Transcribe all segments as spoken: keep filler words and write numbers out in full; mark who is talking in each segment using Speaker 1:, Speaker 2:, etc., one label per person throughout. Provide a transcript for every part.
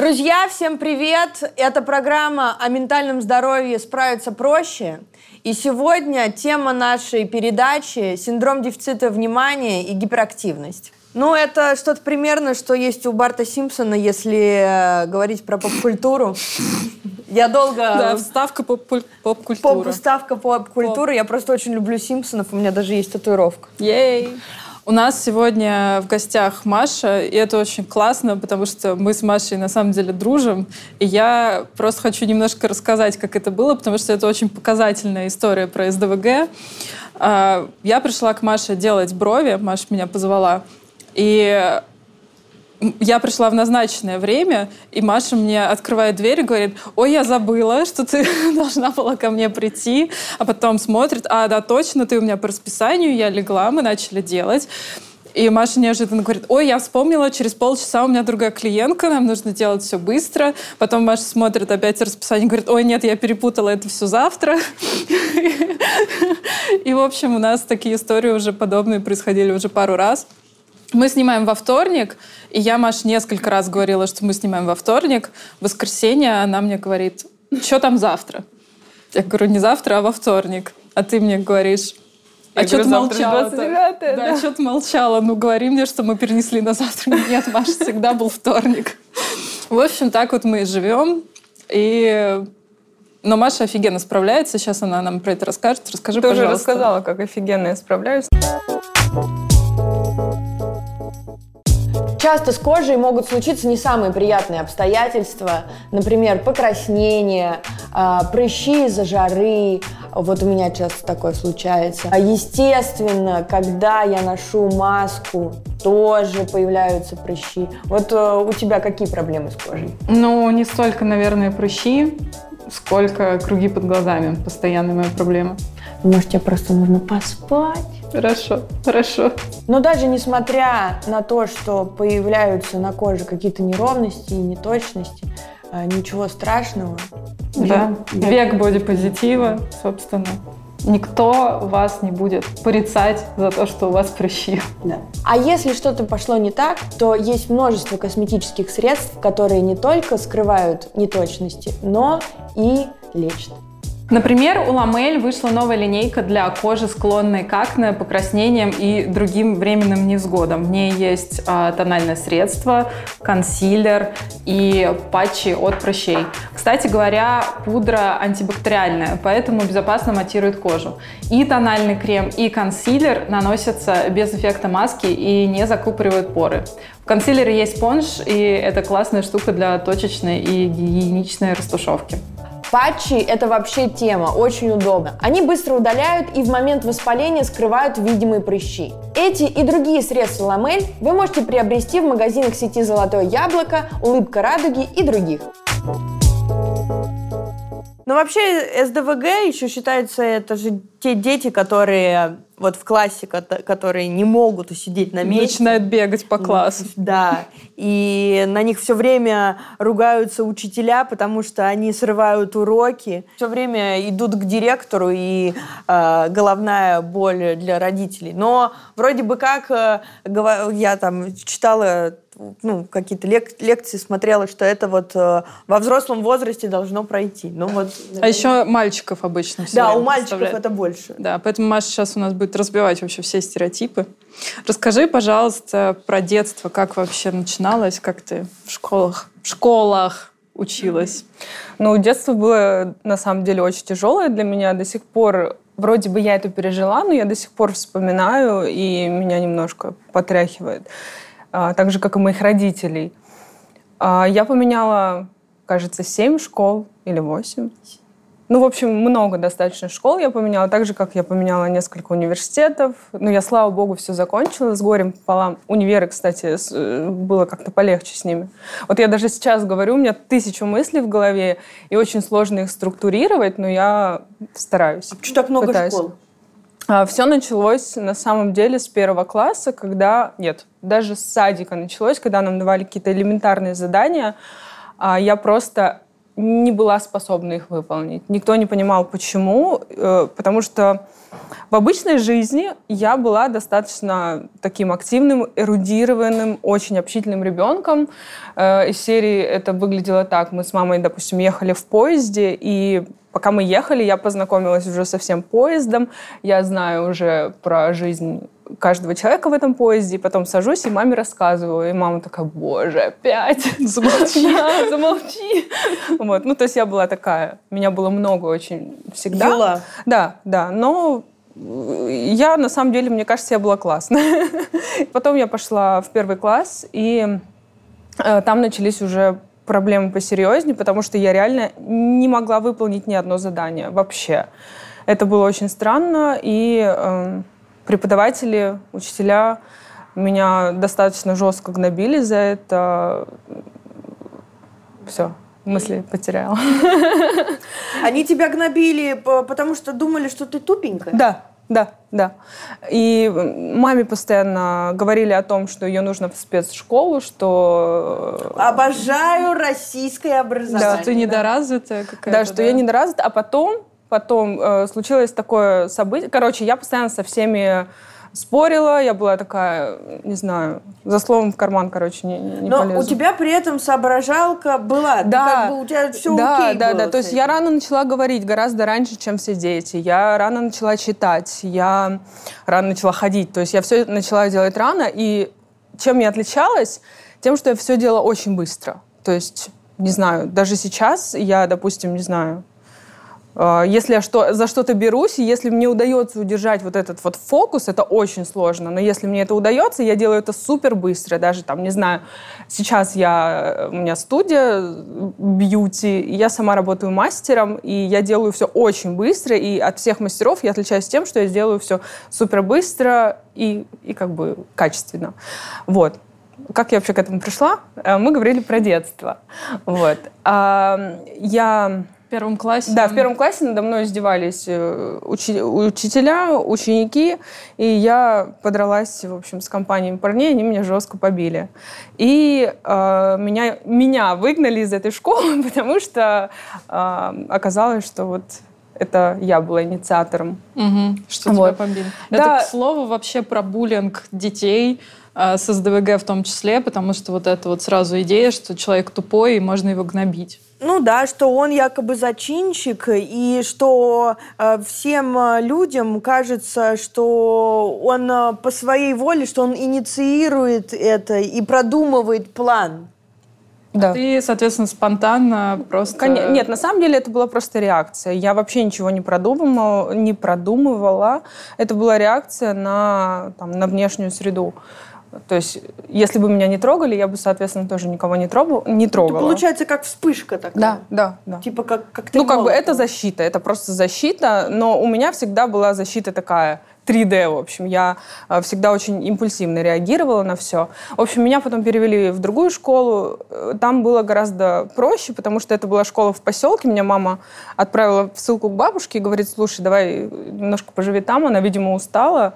Speaker 1: Друзья, всем привет! Это программа о ментальном здоровье «Справиться проще». И сегодня тема нашей передачи – синдром дефицита внимания и гиперактивность. Ну, это что-то примерно, что есть у Барта Симпсона, если говорить про поп-культуру. Я долго...
Speaker 2: Да, вставка поп-культуры.
Speaker 1: Вставка поп-культуры. Я просто очень люблю Симпсонов, у меня даже есть татуировка.
Speaker 2: Ей! У нас сегодня в гостях Маша, и это очень классно, потому что мы с Машей на самом деле дружим, и я просто хочу немножко рассказать, как это было, потому что это очень показательная история про эс дэ вэ гэ. Я пришла к Маше делать брови, Маша меня позвала, и я пришла в назначенное время, и Маша мне открывает дверь и говорит: ой, я забыла, что ты должна была ко мне прийти. А потом смотрит: а, да, точно, ты у меня по расписанию. Я легла, мы начали делать. И Маша неожиданно говорит: ой, я вспомнила, через полчаса у меня другая клиентка, нам нужно делать все быстро. Потом Маша смотрит опять расписание и говорит: ой, нет, я перепутала, это все завтра. И, в общем, у нас такие истории уже подобные происходили уже пару раз. Мы снимаем во вторник, и я Маше несколько раз говорила, что мы снимаем во вторник. В воскресенье она мне говорит: что там завтра? Я говорю: не завтра, а во вторник. А ты мне говоришь: а что ты молчала? Да, да. что ты молчала? Ну, говори мне, что мы перенесли на завтра. Нет, Маша, всегда был вторник. В общем, так вот мы и живем. И... Но Маша офигенно справляется. Сейчас она нам про это расскажет. Расскажи,
Speaker 3: ты
Speaker 2: пожалуйста.
Speaker 3: Ты уже рассказала, как офигенно я справляюсь.
Speaker 1: Часто с кожей могут случиться не самые приятные обстоятельства, например, покраснение, прыщи из-за жары. Вот у меня часто такое случается. Естественно, когда я ношу маску, тоже появляются прыщи. Вот у тебя какие проблемы с кожей?
Speaker 2: Ну, не столько, наверное, прыщи, сколько круги под глазами. Постоянная моя проблема.
Speaker 1: Может, тебе просто нужно поспать?
Speaker 2: Хорошо, хорошо.
Speaker 1: Но даже несмотря на то, что появляются на коже какие-то неровности и неточности, ничего страшного.
Speaker 2: Да, век бодипозитива, собственно. Никто вас не будет порицать за то, что у вас прыщи.
Speaker 1: Да. А если что-то пошло не так, то есть множество косметических средств, которые не только скрывают неточности, но и лечат.
Speaker 2: Например, у Ламель вышла новая линейка для кожи, склонной к акне, покраснениям и другим временным невзгодам. В ней есть а, тональное средство, консилер и патчи от прыщей. Кстати говоря, пудра антибактериальная, поэтому безопасно матирует кожу. И тональный крем, и консилер наносятся без эффекта маски и не закупоривают поры. В консилере есть спонж, и это классная штука для точечной и гигиеничной растушевки.
Speaker 1: Патчи – это вообще тема, очень удобно. Они быстро удаляют и в момент воспаления скрывают видимые прыщи. Эти и другие средства Ламель вы можете приобрести в магазинах сети «Золотое яблоко», «Улыбка радуги» и других. Но вообще эс дэ вэ гэ еще считается, это же те дети, которые вот в классе, которые не могут усидеть на месте.
Speaker 2: Начинают бегать по классу.
Speaker 1: Да, и на них все время ругаются учителя, потому что они срывают уроки. Все время идут к директору, и э, головная боль для родителей. Но вроде бы как э, я там читала... ну, какие-то лек- лекции смотрела, что это вот э, во взрослом возрасте должно пройти. Ну, вот,
Speaker 2: а еще мальчиков обычно все.
Speaker 1: Да, у мальчиков это больше.
Speaker 2: Да, поэтому Маша сейчас у нас будет разбивать вообще все стереотипы. Расскажи, пожалуйста, про детство, как вообще начиналось, как ты в школах, в школах училась?
Speaker 3: Ну, детство было, на самом деле, очень тяжелое для меня. До сих пор, вроде бы я это пережила, но я до сих пор вспоминаю, и меня немножко потряхивает. Так же, как и моих родителей. Я поменяла, кажется, семь школ или восемь. Ну, в общем, много достаточно школ я поменяла, так же, как я поменяла несколько университетов. Ну, я, слава богу, все закончила с горем пополам. Универы, кстати, было как-то полегче с ними. Вот я даже сейчас говорю, у меня тысячу мыслей в голове, и очень сложно их структурировать, но я стараюсь.
Speaker 1: А почему так много
Speaker 3: пытаюсь.
Speaker 1: Школ?
Speaker 3: Все началось, на самом деле, с первого класса, когда... Нет, даже с садика началось, когда нам давали какие-то элементарные задания. Я просто не была способна их выполнить. Никто не понимал, почему, потому что в обычной жизни я была достаточно таким активным, эрудированным, очень общительным ребенком. Из серии это выглядело так. Мы с мамой, допустим, ехали в поезде, и пока мы ехали, я познакомилась уже со всем поездом, я знаю уже про жизнь каждого человека в этом поезде, и потом сажусь и маме рассказываю. И мама такая: боже, опять? Замолчи. Замолчи. Вот. Ну, то есть я была такая, меня было много очень всегда.
Speaker 1: Юла.
Speaker 3: Да, да, но я, на самом деле, мне кажется, я была классная. Потом я пошла в первый класс, и там начались уже проблемы посерьезнее, потому что я реально не могла выполнить ни одно задание вообще. Это было очень странно, и э, преподаватели, учителя меня достаточно жестко гнобили за это. Все, мысли потеряла.
Speaker 1: Они тебя гнобили, потому что думали, что ты тупенькая?
Speaker 3: Да. Да, да. И маме постоянно говорили о том, что ее нужно в спецшколу, что...
Speaker 1: Обожаю российское образование.
Speaker 2: Да, ты недоразвитая какая-то.
Speaker 3: Да, что
Speaker 2: да?
Speaker 3: я недоразвита. А потом, потом э, случилось такое событие. Короче, я постоянно со всеми спорила, я была такая, не знаю, за словом в карман, короче, не, не
Speaker 1: Но
Speaker 3: полезу.
Speaker 1: у тебя при этом соображалка была,
Speaker 3: да,
Speaker 1: как бы у тебя все
Speaker 3: да,
Speaker 1: окей
Speaker 3: да,
Speaker 1: было.
Speaker 3: Да, то есть я рано начала говорить, гораздо раньше, чем все дети. Я рано начала читать, я рано начала ходить. То есть я все начала делать рано, и чем я отличалась? Тем, что я все делала очень быстро. То есть, не знаю, даже сейчас я, допустим, не знаю, если я что, за что-то берусь, и если мне удается удержать вот этот вот фокус, это очень сложно. Но если мне это удается, я делаю это супер быстро. Даже там, не знаю, сейчас я, у меня студия бьюти, и я сама работаю мастером, и я делаю все очень быстро, и от всех мастеров я отличаюсь тем, что я делаю все супер быстро и, и как бы качественно. Вот. Как я вообще к этому пришла? Мы говорили про детство. Вот. Я...
Speaker 2: В первом классе?
Speaker 3: Да, в первом классе надо мной издевались учи- учителя, ученики, и я подралась, в общем, с компанией парней, они меня жестко побили. И э, меня, меня выгнали из этой школы, потому что э, оказалось, что вот это я была инициатором.
Speaker 2: Угу, что
Speaker 3: вот.
Speaker 2: тебя побили.
Speaker 3: Да.
Speaker 2: Это, к слову, вообще про буллинг детей, с эс дэ вэ гэ в том числе, потому что вот это вот сразу идея, что человек тупой, и можно его гнобить.
Speaker 1: Ну да, что он якобы зачинщик, и что э, всем людям кажется, что он э, по своей воле, что он инициирует это и продумывает план.
Speaker 3: Да.
Speaker 2: Ты, соответственно, спонтанно просто...
Speaker 3: Конечно. Нет, на самом деле это была просто реакция. Я вообще ничего не продумывала, не продумывала. Это была реакция на, там, на внешнюю среду. То есть, если бы меня не трогали, я бы, соответственно, тоже никого не трогала. Не трогала.
Speaker 1: Это получается как вспышка такая.
Speaker 3: Да, да, да.
Speaker 1: Типа как, как ты
Speaker 3: Ну, как бы
Speaker 1: молотом.
Speaker 3: это защита, это просто защита, но у меня всегда была защита такая, три дэ, в общем. Я э, всегда очень импульсивно реагировала на все. В общем, меня потом перевели в другую школу. Там было гораздо проще, потому что это была школа в поселке. Меня мама отправила в ссылку к бабушке и говорит: слушай, давай немножко поживи там. Она, видимо, устала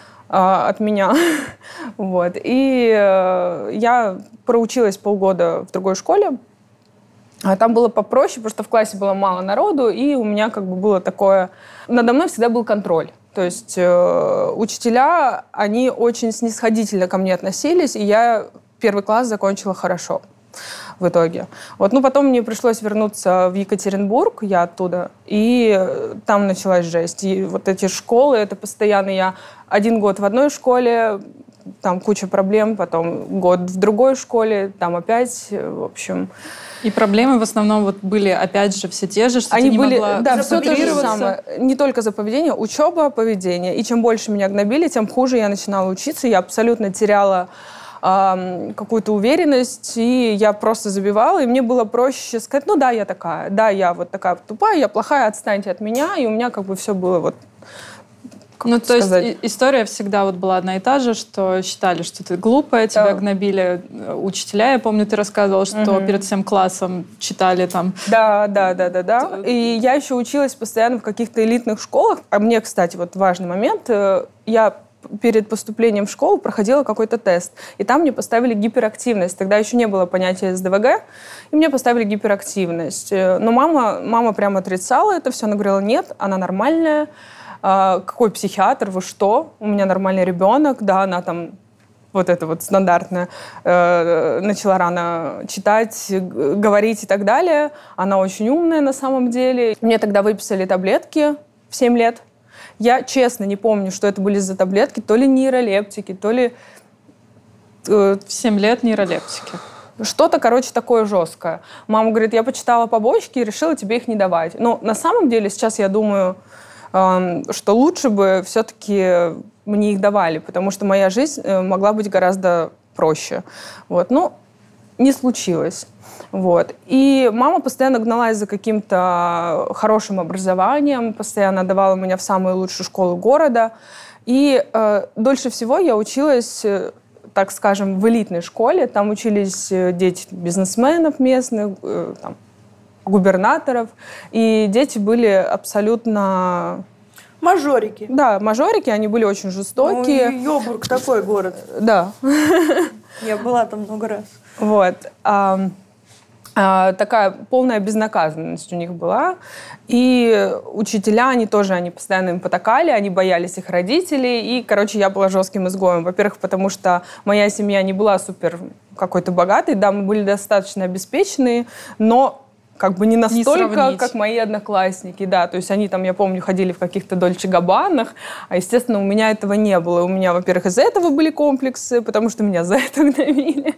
Speaker 3: от меня. Вот. И э, я проучилась полгода в другой школе. А там было попроще, потому что в классе было мало народу, и у меня как бы было такое... Надо мной всегда был контроль. То есть э, учителя, они очень снисходительно ко мне относились, и я первый класс закончила хорошо в итоге. Вот. Ну, потом мне пришлось вернуться в Екатеринбург, я оттуда, и там началась жесть. И вот эти школы, это постоянно я один год в одной школе, там куча проблем, потом год в другой школе, там опять, в общем...
Speaker 2: И проблемы в основном вот были, опять же, все те же, что
Speaker 3: Они
Speaker 2: ты не
Speaker 3: были,
Speaker 2: могла
Speaker 3: да, все то же
Speaker 2: запатрироваться.
Speaker 3: самое. Не только за поведение, учеба, поведение. И чем больше меня гнобили, тем хуже я начинала учиться. Я абсолютно теряла э, какую-то уверенность, и я просто забивала. И мне было проще сказать: ну да, я такая, да, я вот такая тупая, я плохая, отстаньте от меня. И у меня как бы все было вот...
Speaker 2: Ну, то
Speaker 3: сказать?
Speaker 2: есть история всегда вот была одна и та же, что считали, что ты глупая, тебя
Speaker 3: Да.
Speaker 2: гнобили учителя. Я помню, ты рассказывала, что
Speaker 3: Угу.
Speaker 2: перед всем классом читали там...
Speaker 3: Да, да, да, да, да. И я еще училась постоянно в каких-то элитных школах. А мне, кстати, вот важный момент. Я перед поступлением в школу проходила какой-то тест, и там мне поставили гиперактивность. Тогда еще не было понятия эс дэ вэ гэ, и мне поставили гиперактивность. Но мама, мама прямо отрицала это все, она говорила, нет, она нормальная. Какой психиатр, вы что? У меня нормальный ребенок, да, она там вот это вот стандартное, э, начала рано читать, говорить и так далее. Она очень умная на самом деле. Мне тогда выписали таблетки в семь лет. Я честно не помню, что это были за таблетки, то ли нейролептики, то ли...
Speaker 2: Э, в семь лет нейролептики.
Speaker 3: Что-то, короче, такое жесткое. Мама говорит, я почитала побочки и решила тебе их не давать. Но на самом деле сейчас я думаю, э, что лучше бы все-таки... мне их давали, потому что моя жизнь могла быть гораздо проще. Вот. Но не случилось. Вот. И мама постоянно гналась за каким-то хорошим образованием, постоянно давала меня в самую лучшую школу города. И э, дольше всего я училась, так скажем, в элитной школе. Там учились дети бизнесменов местных, э, там, губернаторов. И дети были абсолютно...
Speaker 1: Мажорики.
Speaker 3: Да, мажорики, они были очень жестокие.
Speaker 1: Ну, Йобург такой город.
Speaker 3: Да.
Speaker 1: Я была там много раз.
Speaker 3: Вот. А, а, такая полная безнаказанность у них была. И учителя, они тоже, они постоянно им потакали, они боялись их родителей. И, короче, я была жестким изгоем. Во-первых, потому что моя семья не была супер какой-то богатой. Да, мы были достаточно обеспеченные, но... как бы не настолько, не как мои одноклассники, да, то есть они там, я помню, ходили в каких-то Дольче Габбанах, а, естественно, у меня этого не было. У меня, во-первых, из-за этого были комплексы, потому что меня за это гнобили,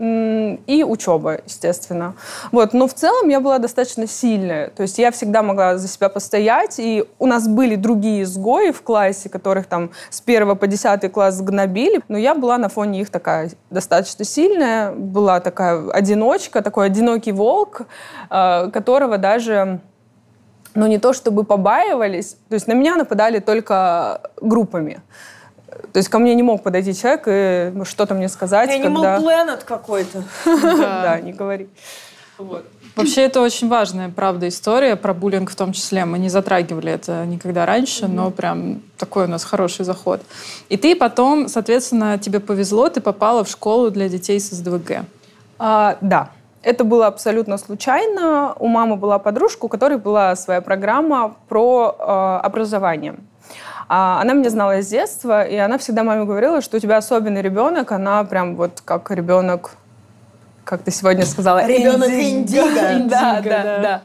Speaker 3: и учеба, естественно. Вот, но в целом я была достаточно сильная, то есть я всегда могла за себя постоять, и у нас были другие изгои в классе, которых там с первого по десятый класс гнобили, но я была на фоне их такая достаточно сильная, была такая одиночка, такой одинокий волк, которого даже, ну, не то чтобы побаивались, то есть на меня нападали только группами. То есть ко мне не мог подойти человек и что-то мне сказать.
Speaker 1: Animal
Speaker 3: когда...
Speaker 1: Planet какой-то.
Speaker 3: Да, не говори.
Speaker 2: Вообще, это очень важная, правда, история про буллинг в том числе. Мы не затрагивали это никогда раньше, но прям такой у нас хороший заход. И ты потом, соответственно, тебе повезло, ты попала в школу для детей с эс дэ вэ гэ.
Speaker 3: А, да. Это было абсолютно случайно. У мамы была подружка, у которой была своя программа про э, образование. А она меня знала с детства, и она всегда маме говорила, что у тебя особенный ребенок. Она прям вот как ребенок, как ты сегодня сказала,
Speaker 1: ребенок индиго.
Speaker 3: Да, да, да.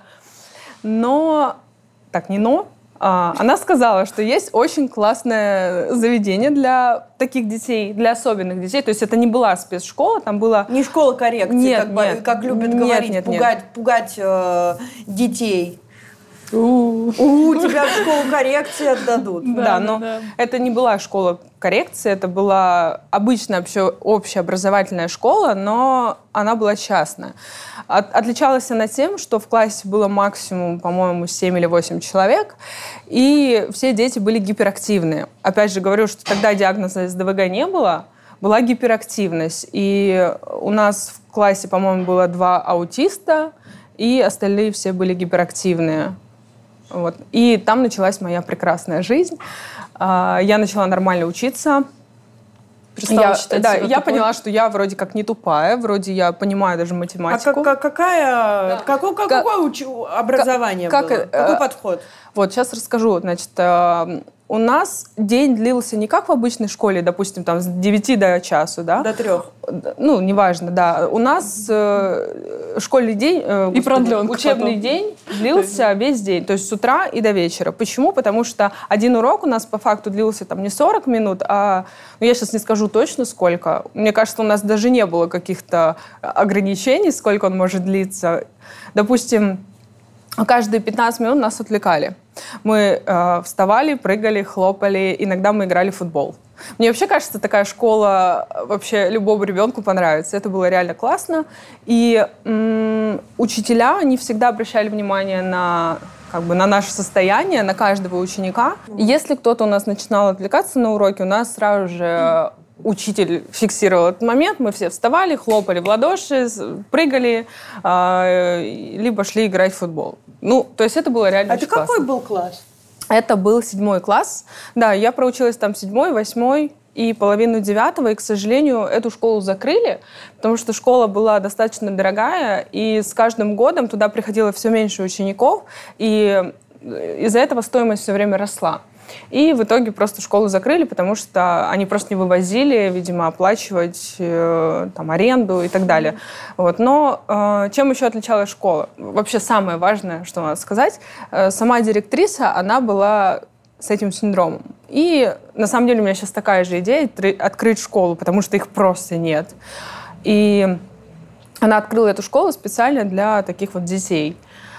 Speaker 3: Но, так, не но. Она сказала, что есть очень классное заведение для таких детей, для особенных детей. То есть это не была спецшкола, там было...
Speaker 1: Не школа коррекции,
Speaker 3: нет,
Speaker 1: как,
Speaker 3: нет,
Speaker 1: как любят
Speaker 3: нет,
Speaker 1: говорить,
Speaker 3: нет,
Speaker 1: пугать,
Speaker 3: нет.
Speaker 1: пугать э, детей.
Speaker 2: У,
Speaker 1: У тебя в школу коррекции отдадут.
Speaker 3: Да,
Speaker 2: Да,
Speaker 3: но
Speaker 2: да.
Speaker 3: это не была школа коррекции, это была обычная общеобразовательная школа, но она была частная. От, отличалась она тем, что в классе было максимум, по-моему, семь или восемь человек, и все дети были гиперактивные. Опять же, говорю, что тогда диагноза эс дэ вэ гэ не было, была гиперактивность. И у нас в классе, по-моему, было два аутиста, и остальные все были гиперактивные. Вот. И там началась моя прекрасная жизнь. Я начала нормально учиться.
Speaker 2: Перестала
Speaker 3: Я,
Speaker 2: считать
Speaker 3: да,
Speaker 2: себя
Speaker 3: я
Speaker 2: тупой?
Speaker 3: поняла, что я вроде как не тупая, вроде я понимаю даже
Speaker 1: А
Speaker 3: математику.
Speaker 1: как, как- какая,
Speaker 3: Да.
Speaker 1: какое,
Speaker 3: Как-
Speaker 1: какое уч- образование
Speaker 3: как-
Speaker 1: было?
Speaker 3: э,
Speaker 1: Какой подход?
Speaker 3: Вот, сейчас расскажу. Значит, э, у нас день длился не как в обычной школе, допустим, там с девяти до часу, да?
Speaker 1: До трех.
Speaker 3: Ну, неважно, да. У нас э, школьный день, э,
Speaker 2: И продленка
Speaker 3: учебный
Speaker 2: потом.
Speaker 3: день длился весь день, то есть с утра и до вечера. Почему? Потому что один урок у нас по факту длился там не сорок минут, а, ну, я сейчас не скажу точно сколько. Мне кажется, у нас даже не было каких-то ограничений, сколько он может длиться. Допустим, каждые пятнадцать минут нас отвлекали. Мы э, вставали, прыгали, хлопали, иногда мы играли в футбол. Мне вообще кажется, такая школа вообще любому ребенку понравится. Это было реально классно. И м- учителя, они всегда обращали внимание на, как бы, на наше состояние, на каждого ученика. И если кто-то у нас начинал отвлекаться на уроке, у нас сразу же учитель фиксировал этот момент, мы все вставали, хлопали в ладоши, прыгали, э, либо шли играть в футбол. Ну, то есть это было реально
Speaker 1: А
Speaker 3: очень
Speaker 1: это какой
Speaker 3: классно.
Speaker 1: был класс?
Speaker 3: Это был седьмой класс. Да, я проучилась там седьмой, восьмой и половину девятого, и, к сожалению, эту школу закрыли, потому что школа была достаточно дорогая, и с каждым годом туда приходило все меньше учеников, и из-за этого стоимость все время росла. И в итоге просто школу закрыли, потому что они просто не вывозили, видимо, оплачивать э, там, аренду и так далее. Вот. Но э, чем еще отличалась школа? Вообще самое важное, что надо сказать, э, сама директриса, она была с этим синдромом. И на самом деле у меня сейчас такая же идея — открыть школу, потому что их просто нет. И она открыла эту школу специально для таких вот детей.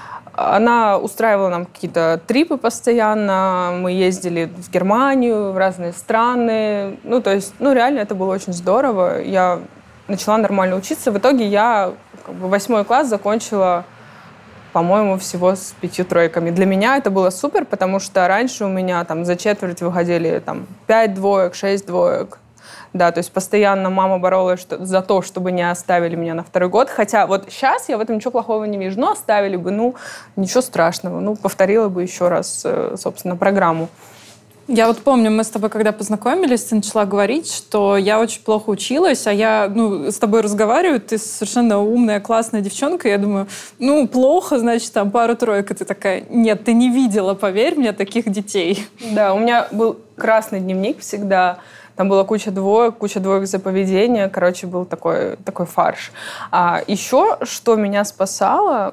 Speaker 3: Она устраивала нам какие-то трипы постоянно, мы ездили в Германию, в разные страны. Ну, то есть, ну, реально это было очень здорово. Я начала нормально учиться. В итоге я как бы, восьмой класс закончила, по-моему, всего с пятью тройками. Для меня это было супер, потому что раньше у меня там за четверть выходили там пять двоек, шесть двоек. Да, то есть постоянно мама боролась что, за то, чтобы не оставили меня на второй год. Хотя вот сейчас я в этом ничего плохого не вижу. Ну, оставили бы, ну, ничего страшного. Ну, повторила бы еще раз, собственно, программу.
Speaker 2: Я вот помню, мы с тобой, когда познакомились, ты начала говорить, что я очень плохо училась, а я, ну, с тобой разговариваю, ты совершенно умная, классная девчонка, и я думаю, ну, плохо, значит, там пару-тройка. Ты такая, нет, ты не видела, поверь мне, таких детей.
Speaker 3: Да, у меня был красный дневник всегда. Там была куча двоек, куча двоек за поведение. Короче, был такой, такой фарш. А еще, что меня спасало,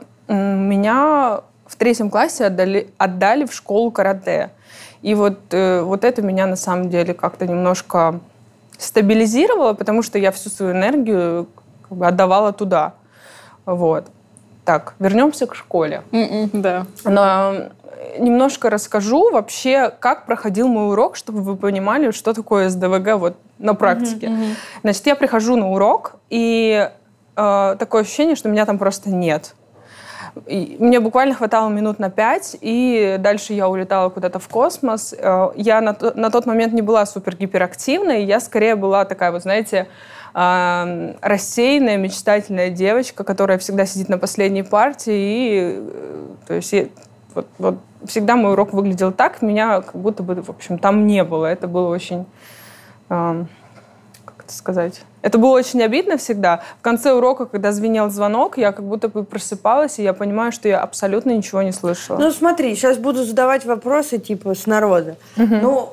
Speaker 3: меня в третьем классе отдали, отдали в школу карате. И вот, э, вот это меня на самом деле как-то немножко стабилизировало, потому что я всю свою энергию как бы отдавала туда. Вот. Так, вернемся к школе.
Speaker 2: Mm-mm, да.
Speaker 3: Но немножко расскажу вообще, как проходил мой урок, чтобы вы понимали, что такое эс дэ вэ гэ вот на практике.
Speaker 2: Mm-hmm, mm-hmm.
Speaker 3: Значит, я прихожу на урок, и э, такое ощущение, что меня там просто нет. И мне буквально хватало минут на пять, и дальше я улетала куда-то в космос. Э, я на, то, на тот момент не была супер-гиперактивной, я скорее была такая, вот знаете, э, рассеянная, мечтательная девочка, которая всегда сидит на последней партии, и э, то есть... Я, Вот, вот всегда мой урок выглядел так, меня как будто бы, в общем, там не было. Это было очень, э, как это сказать, это было очень обидно всегда. В конце урока, когда звенел звонок, я как будто бы просыпалась, и я понимаю, что я абсолютно ничего не слышала.
Speaker 1: Ну, смотри, сейчас буду задавать вопросы, типа, с народа.
Speaker 3: Угу.
Speaker 1: Ну,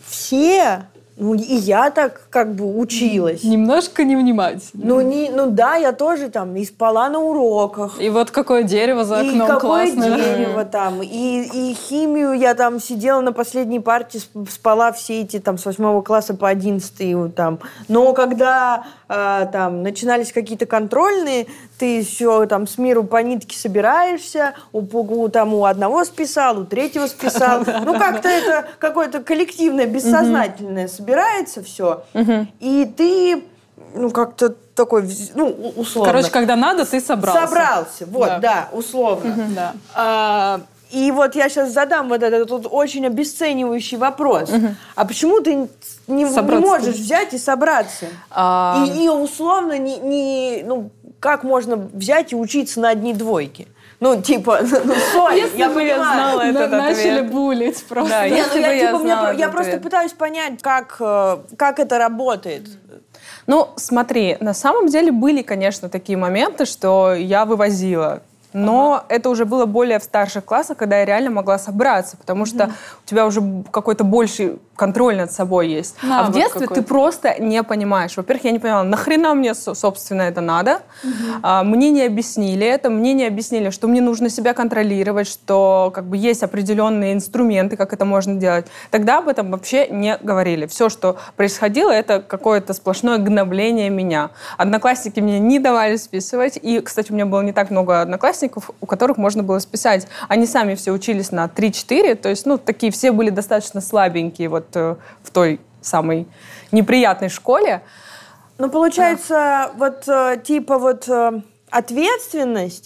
Speaker 1: все... Ну, и я так как бы училась.
Speaker 2: Немножко невнимательно.
Speaker 1: Ну, не, ну да, я тоже там и спала на уроках.
Speaker 2: И вот какое дерево за окном
Speaker 1: и какое
Speaker 2: классное.
Speaker 1: дерево там. И, и химию я там сидела на последней парте, спала все эти там с восьмого класса по одиннадцатый там. Но когда э, там начинались какие-то контрольные, ты все там с миру по нитке собираешься, у, у, там, у одного списал, у третьего списал. Ну, как-то это какое-то коллективное, бессознательное собирается все. И ты, ну, как-то такой, ну, условно.
Speaker 2: Короче, когда надо, ты собрался.
Speaker 1: Собрался, вот, да, да условно.
Speaker 2: Да.
Speaker 1: А, и вот я сейчас задам вот этот вот очень обесценивающий вопрос. А почему ты не, не можешь взять и собраться?
Speaker 3: А...
Speaker 1: И, и условно, не, не, ну, как можно взять и учиться на одни двойки? Ну, типа, ну, сори,
Speaker 3: если
Speaker 1: я
Speaker 3: бы я знала
Speaker 1: понимаю.
Speaker 3: этот
Speaker 2: Начали
Speaker 3: ответ.
Speaker 2: булить просто.
Speaker 3: Да,
Speaker 1: Не,
Speaker 3: если
Speaker 1: ну,
Speaker 3: бы
Speaker 1: я,
Speaker 3: я
Speaker 1: типа, мне,
Speaker 3: знала
Speaker 1: я
Speaker 3: этот
Speaker 1: просто
Speaker 3: ответ.
Speaker 1: пытаюсь понять, как, э, как это работает.
Speaker 3: Ну, смотри, на самом деле были, конечно, такие моменты, что я вывозила. Но ага. это уже было более в старших классах, когда я реально могла собраться, потому что mm-hmm. у тебя уже какой-то больший контроль над собой есть. Навык а в детстве какой-то. Ты просто не понимаешь. Во-первых, я не понимала, нахрена мне, собственно, это надо. Mm-hmm. А, мне не объяснили это, мне не объяснили, что мне нужно себя контролировать, что как бы есть определенные инструменты, как это можно делать. Тогда об этом вообще не говорили. Все, что происходило, это какое-то сплошное гнобление меня. Одноклассники мне не давали списывать. И, кстати, у меня было не так много одноклассников, у которых можно было списать. Они сами все учились на три-четыре, то есть, ну, такие все были достаточно слабенькие вот э, в той самой неприятной школе.
Speaker 1: Ну, получается, а. вот э, типа вот э, ответственность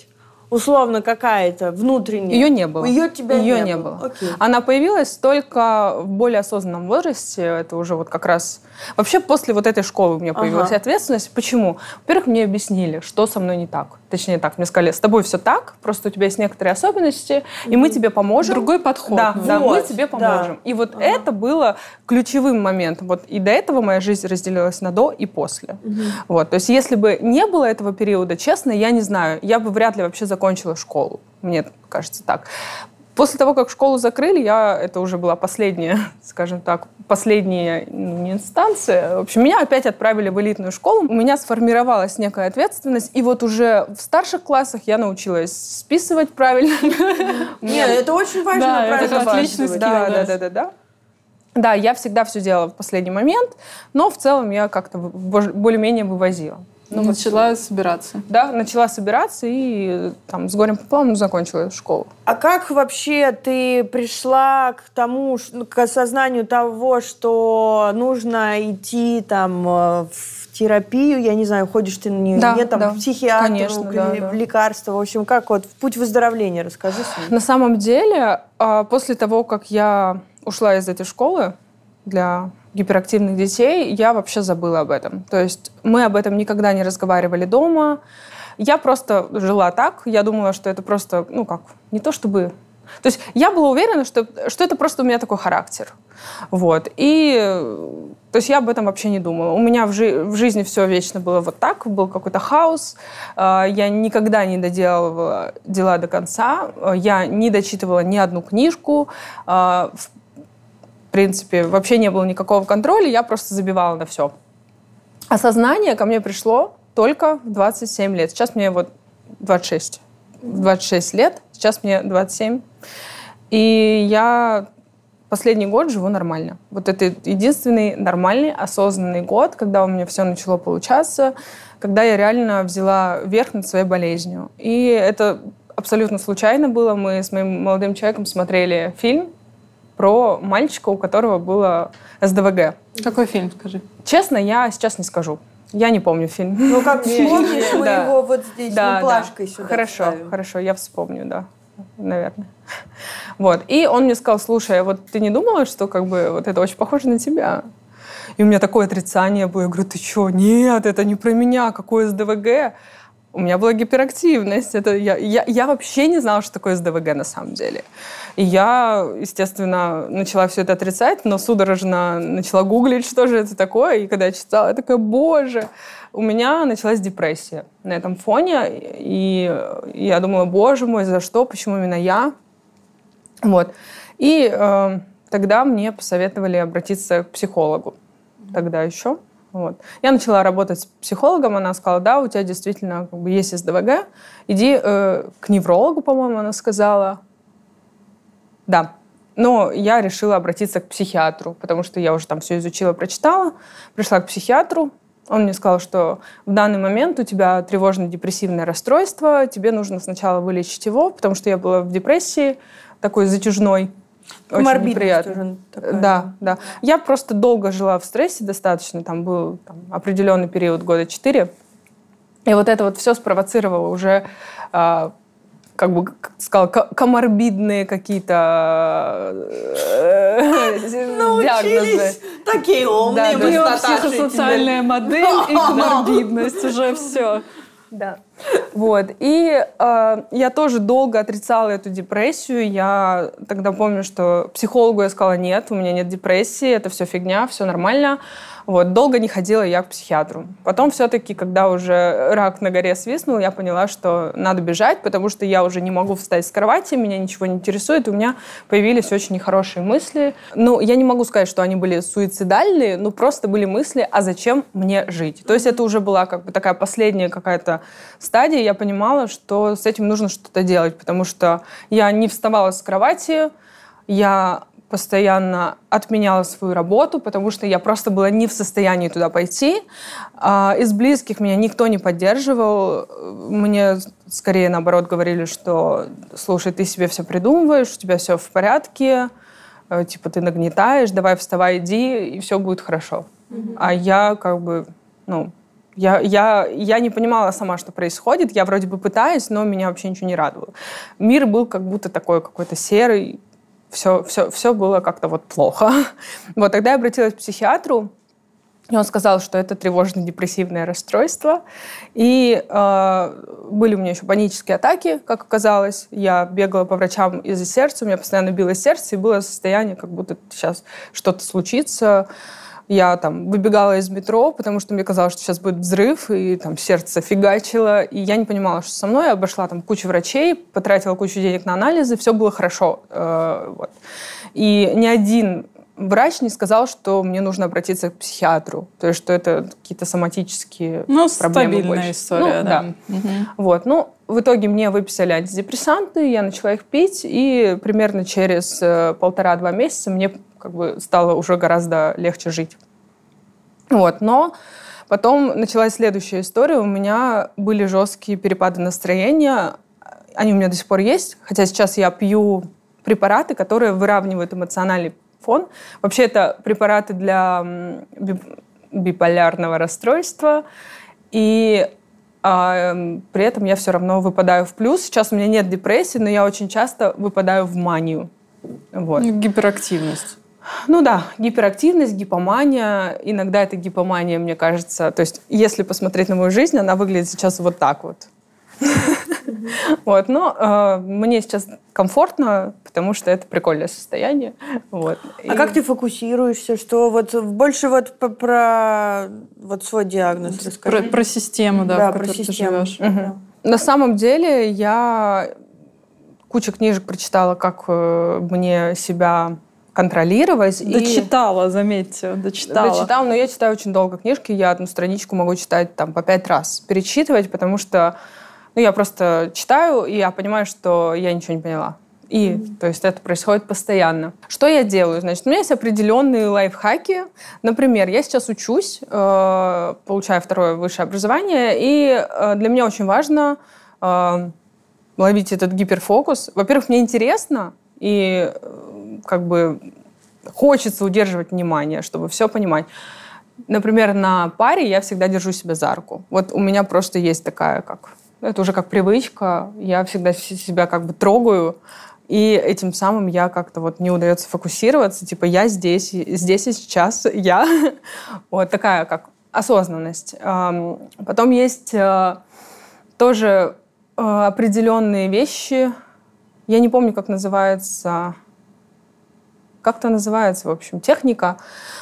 Speaker 1: условно какая-то внутренняя?
Speaker 3: Ее не было.
Speaker 1: Ее тебя
Speaker 3: Ее
Speaker 1: не,
Speaker 3: не
Speaker 1: было.
Speaker 3: было.
Speaker 1: Окей.
Speaker 3: Она появилась только в более осознанном возрасте. Это уже вот как раз... Вообще после вот этой школы у меня появилась
Speaker 1: Ага.
Speaker 3: ответственность. Почему? Во-первых, мне объяснили, что со мной не так. Точнее так, мне сказали, с тобой все так, просто у тебя есть некоторые особенности, и мы тебе поможем.
Speaker 2: Другой подход.
Speaker 3: Да,
Speaker 2: Ну,
Speaker 3: да,
Speaker 1: вот,
Speaker 3: мы тебе поможем.
Speaker 1: да.
Speaker 3: И вот
Speaker 1: Ага.
Speaker 3: это было ключевым моментом. Вот и до этого моя жизнь разделилась на до и после. Вот. То есть если бы не было этого периода, честно, я не знаю, я бы вряд ли вообще закончила школу. Мне кажется так. После того, как школу закрыли, я, это уже была последняя, скажем так, последняя ну, не инстанция. В общем, меня опять отправили в элитную школу. У меня сформировалась некая ответственность. И вот уже в старших классах я научилась списывать правильно.
Speaker 1: Нет, это очень важно.
Speaker 2: Да, это
Speaker 1: правильно
Speaker 2: отличный
Speaker 1: списывать.
Speaker 2: скилл.
Speaker 3: Да, да, да, да, да. Да, я всегда все делала в последний момент, но в целом я как-то бож- более-менее вывозила.
Speaker 2: Ну, начала собираться.
Speaker 3: Да, начала собираться и там с горем пополам закончила школу.
Speaker 1: А как вообще ты пришла к тому, ш- ну, к осознанию того, что нужно идти там э, в терапию, я не знаю, ходишь ты на нее,
Speaker 3: Да,
Speaker 1: нет, там,
Speaker 3: да.
Speaker 1: к психиатру,
Speaker 3: Конечно,
Speaker 1: к
Speaker 3: да,
Speaker 1: ли-
Speaker 3: да.
Speaker 1: в лекарства, в общем, как вот путь выздоровления, расскажи свой.
Speaker 3: На самом деле, а, после того, как я ушла из этой школы для гиперактивных детей, я вообще забыла об этом. То есть мы об этом никогда не разговаривали дома. Я просто жила так. Я думала, что это просто, ну как, не то чтобы... То есть я была уверена, что, что это просто у меня такой характер. Вот. И то есть я об этом вообще не думала. У меня в, жи- в жизни все вечно было вот так, был какой-то хаос. А, Я никогда не доделывала дела до конца. А, Я не дочитывала ни одну книжку. А, В В принципе, вообще не было никакого контроля, я просто забивала на все. Осознание ко мне пришло только в двадцать семь лет. Сейчас мне вот двадцать шесть. В двадцать шесть лет, сейчас мне двадцать семь. И я последний год живу нормально. Вот это единственный нормальный, осознанный год, когда у меня все начало получаться, когда я реально взяла верх над своей болезнью. И это абсолютно случайно было. Мы с моим молодым человеком смотрели фильм про мальчика, у которого было эс дэ вэ гэ.
Speaker 2: Какой фильм, скажи?
Speaker 3: Честно, я сейчас не скажу. Я не помню фильм.
Speaker 1: Ну, как вспомнишь, мы
Speaker 3: Да.
Speaker 1: его вот здесь
Speaker 3: Да,
Speaker 1: ну, плашкой
Speaker 3: да.
Speaker 1: сюда
Speaker 3: Хорошо,
Speaker 1: вставим.
Speaker 3: хорошо, я вспомню, да, наверное. Вот. И он мне сказал, слушай, а вот ты не думала, что как бы вот это очень похоже на тебя? И у меня такое отрицание было. Я говорю, ты что? Нет, это не про меня. Какое эс дэ вэ гэ? У меня была гиперактивность. Это я, я, я вообще не знала, что такое эс дэ вэ гэ на самом деле. И я, естественно, начала все это отрицать, но судорожно начала гуглить, что же это такое. И когда я читала, я такая, боже, у меня началась депрессия на этом фоне. И я думала, боже мой, за что, почему именно я? Вот. И э, тогда мне посоветовали обратиться к психологу. Тогда еще. Вот. Я начала работать с психологом, она сказала, да, у тебя действительно как бы, есть эс дэ вэ гэ, иди э, к неврологу, по-моему, она сказала. Да. Но я решила обратиться к психиатру, потому что я уже там все изучила, прочитала. Пришла к психиатру, он мне сказал, что в данный момент у тебя тревожно-депрессивное расстройство, тебе нужно сначала вылечить его, потому что я была в депрессии, такой затяжной. Очень
Speaker 1: Коморбидность
Speaker 3: неприятно.
Speaker 1: тоже такая,
Speaker 3: Да, да. Я просто долго жила в стрессе достаточно. Там был там, определенный период, года четыре. И вот это вот все спровоцировало уже, а, как бы, как ты сказала, ко- коморбидные какие-то э, диагнозы.
Speaker 1: Научились такие умные,
Speaker 3: Да,
Speaker 1: мы
Speaker 3: да.
Speaker 1: с Наташей
Speaker 2: Психосоциальная модель и коморбидность. Уже все.
Speaker 3: Да. Вот. И э, я тоже долго отрицала эту депрессию. Я тогда помню, что психологу я сказала, нет, у меня нет депрессии, это все фигня, все нормально. Вот. Долго не ходила я к психиатру. Потом все-таки, когда уже рак на горе свистнул, я поняла, что надо бежать, потому что я уже не могу встать с кровати, меня ничего не интересует, у меня появились очень нехорошие мысли. Ну, я не могу сказать, что они были суицидальные, но просто были мысли, а зачем мне жить? То есть это уже была как бы такая последняя какая-то стадия, я понимала, что с этим нужно что-то делать, потому что я не вставала с кровати, я постоянно отменяла свою работу, потому что я просто была не в состоянии туда пойти. А из близких меня никто не поддерживал. Мне скорее, наоборот, говорили, что слушай, ты себе все придумываешь, у тебя все в порядке, типа ты нагнетаешь, давай вставай, иди, и все будет хорошо. Mm-hmm. А я как бы, ну, Я, я, я не понимала сама, что происходит. Я вроде бы пытаюсь, но меня вообще ничего не радовало. Мир был как будто такой какой-то серый. Все, все, все было как-то вот плохо. Вот тогда я обратилась к психиатру, и он сказал, что это тревожно-депрессивное расстройство. И э, были у меня еще панические атаки, как оказалось. Я бегала по врачам из-за сердца, у меня постоянно билось сердце, и было состояние, как будто сейчас что-то случится. Я там выбегала из метро, потому что мне казалось, что сейчас будет взрыв, и там сердце фигачило. И я не понимала, что со мной. Я обошла там кучу врачей, потратила кучу денег на анализы, все было хорошо. Э, вот. И ни один врач не сказал, что мне нужно обратиться к психиатру. То есть, что это какие-то соматические
Speaker 2: ну,
Speaker 3: проблемы.
Speaker 2: Стабильная
Speaker 3: больше.
Speaker 2: история,
Speaker 3: ну,
Speaker 2: да.
Speaker 3: да. Угу. Вот. Ну, в итоге мне выписали антидепрессанты, я начала их пить, и примерно через полтора-два месяца мне как бы стало уже гораздо легче жить. Вот. Но потом началась следующая история. У меня были жесткие перепады настроения. Они у меня до сих пор есть, хотя сейчас я пью препараты, которые выравнивают эмоциональный фон. Вообще это препараты для биполярного расстройства, и а, при этом я все равно выпадаю в плюс. Сейчас у меня нет депрессии, но я очень часто выпадаю в манию. Вот.
Speaker 2: Гиперактивность.
Speaker 3: Ну да, гиперактивность, гипомания. Иногда это гипомания, мне кажется. То есть если посмотреть на мою жизнь, она выглядит сейчас вот так вот. Вот, но э, мне сейчас комфортно, потому что это прикольное состояние. Вот.
Speaker 1: А и... как ты фокусируешься? Что вот больше вот про, про вот свой диагноз расскажи.
Speaker 2: Про, про систему, да,
Speaker 1: да
Speaker 2: в которой ты живешь.
Speaker 3: Угу. Да. На самом деле я кучу книжек прочитала, как э, мне себя контролировать.
Speaker 2: Дочитала, и... заметьте, дочитала.
Speaker 3: Дочитала, но я читаю очень долго книжки. Я одну страничку могу читать там по пять раз, перечитывать, потому что ну, я просто читаю, и я понимаю, что я ничего не поняла. И, mm-hmm. то есть, это происходит постоянно. Что я делаю? Значит, у меня есть определенные лайфхаки. Например, я сейчас учусь, э, получаю второе высшее образование, и э, для меня очень важно э, ловить этот гиперфокус. Во-первых, мне интересно, и э, как бы хочется удерживать внимание, чтобы все понимать. Например, на паре я всегда держу себя за руку. Вот у меня просто есть такая, как... Это уже как привычка. Я всегда себя как бы трогаю, и этим самым я как-то вот не удается фокусироваться. Типа я здесь, здесь и сейчас я. Вот такая как осознанность. Потом есть тоже определенные вещи. Я не помню, как называется... Как это называется, в общем, техника.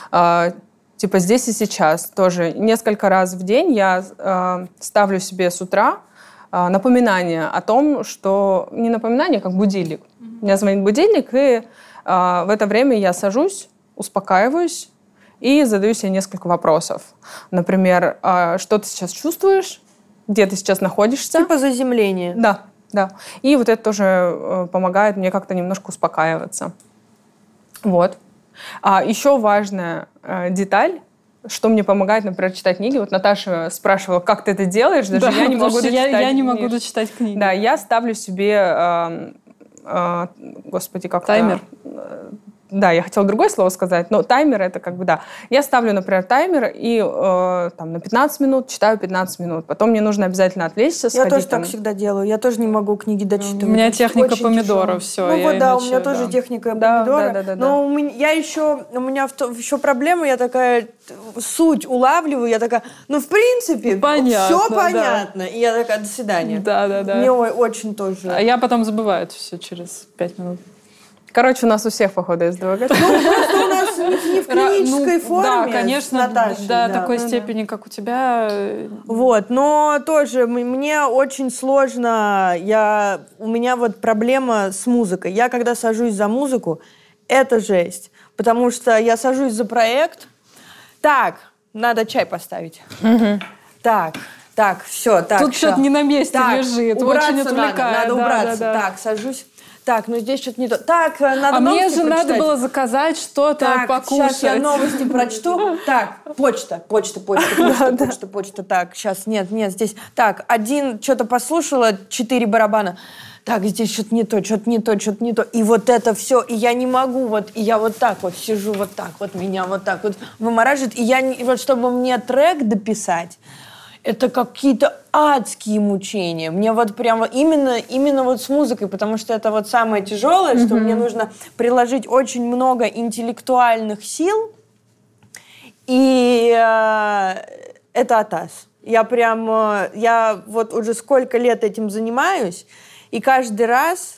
Speaker 3: Типа здесь и сейчас. Тоже несколько раз в день я ставлю себе с утра напоминание о том, что... Не напоминание, а как будильник. Mm-hmm. У меня звонит будильник, и а, в это время я сажусь, успокаиваюсь и задаю себе несколько вопросов. Например, а, что ты сейчас чувствуешь, где ты сейчас находишься.
Speaker 1: Типа заземление.
Speaker 3: Да, да. И вот это тоже э, помогает мне как-то немножко успокаиваться. Вот. А еще важная э, деталь, что мне помогает, например, читать книги. Вот Наташа спрашивала, как ты это делаешь, даже
Speaker 2: да,
Speaker 3: я не могу дочитать
Speaker 2: я, я не
Speaker 3: книжки.
Speaker 2: могу дочитать книги.
Speaker 3: Да, я ставлю себе, э, э, господи, как
Speaker 2: таймер.
Speaker 3: Да, я хотела другое слово сказать, но таймер это как бы, да. Я ставлю, например, таймер и э, там, на пятнадцать минут читаю пятнадцать минут. Потом мне нужно обязательно отвлечься, сходить.
Speaker 1: Я тоже
Speaker 3: там.
Speaker 1: так всегда делаю. Я тоже не могу книги дочитывать.
Speaker 2: У меня техника
Speaker 1: очень
Speaker 2: помидора,
Speaker 1: тяжело.
Speaker 2: все.
Speaker 1: Ну вот, да,
Speaker 2: иначе,
Speaker 1: у меня
Speaker 2: да.
Speaker 1: тоже техника
Speaker 3: да,
Speaker 1: помидора.
Speaker 3: Да, да, да,
Speaker 1: но
Speaker 3: да.
Speaker 1: у меня, я еще, у меня еще проблема, я такая суть улавливаю, я такая, ну, в принципе,
Speaker 2: понятно,
Speaker 1: все
Speaker 2: да.
Speaker 1: понятно. И я такая, до свидания.
Speaker 2: Да, да, да.
Speaker 1: Мне очень тоже.
Speaker 2: А я потом забываю это все через пять минут.
Speaker 3: Короче, у нас у всех, походу, есть ДВГ.
Speaker 1: Ну, просто у нас не в клинической
Speaker 2: ну,
Speaker 1: форме.
Speaker 2: Да, конечно,
Speaker 1: Наташей,
Speaker 2: до
Speaker 1: да.
Speaker 2: такой
Speaker 1: ну,
Speaker 2: степени,
Speaker 1: да.
Speaker 2: как у тебя.
Speaker 1: Вот, но тоже мне очень сложно. Я, у меня вот проблема с музыкой. Я, когда сажусь за музыку, это жесть. Потому что я сажусь за проект. Так, надо чай поставить.
Speaker 3: Угу.
Speaker 1: Так, так, все, так.
Speaker 2: Тут что-то не на месте
Speaker 1: так,
Speaker 2: лежит,
Speaker 1: убраться
Speaker 2: очень отвлекает.
Speaker 1: Надо, надо
Speaker 2: да,
Speaker 1: убраться.
Speaker 2: Да, да.
Speaker 1: Так, сажусь. Так, ну здесь что-то не то. Так, надо
Speaker 2: а
Speaker 1: новости
Speaker 2: мне же
Speaker 1: прочитать.
Speaker 2: надо было заказать что-то,
Speaker 1: так,
Speaker 2: покушать.
Speaker 1: сейчас я новости прочту. Так, почта, почта, почта, почта, почта, почта. Так, сейчас, нет, нет, здесь. Так, один что-то послушала, четыре барабана. Так, здесь что-то не то, что-то не то, что-то не то. И вот это все, и я не могу, вот, и я вот так вот сижу, вот так вот, меня вот так вот вымораживает. И я, вот, чтобы мне трек дописать, это какие-то адские мучения. Мне вот прямо именно, именно вот с музыкой, потому что это вот самое тяжелое, mm-hmm. что мне нужно приложить очень много интеллектуальных сил, и э, это атас. Я прям, я вот уже сколько лет этим занимаюсь, и каждый раз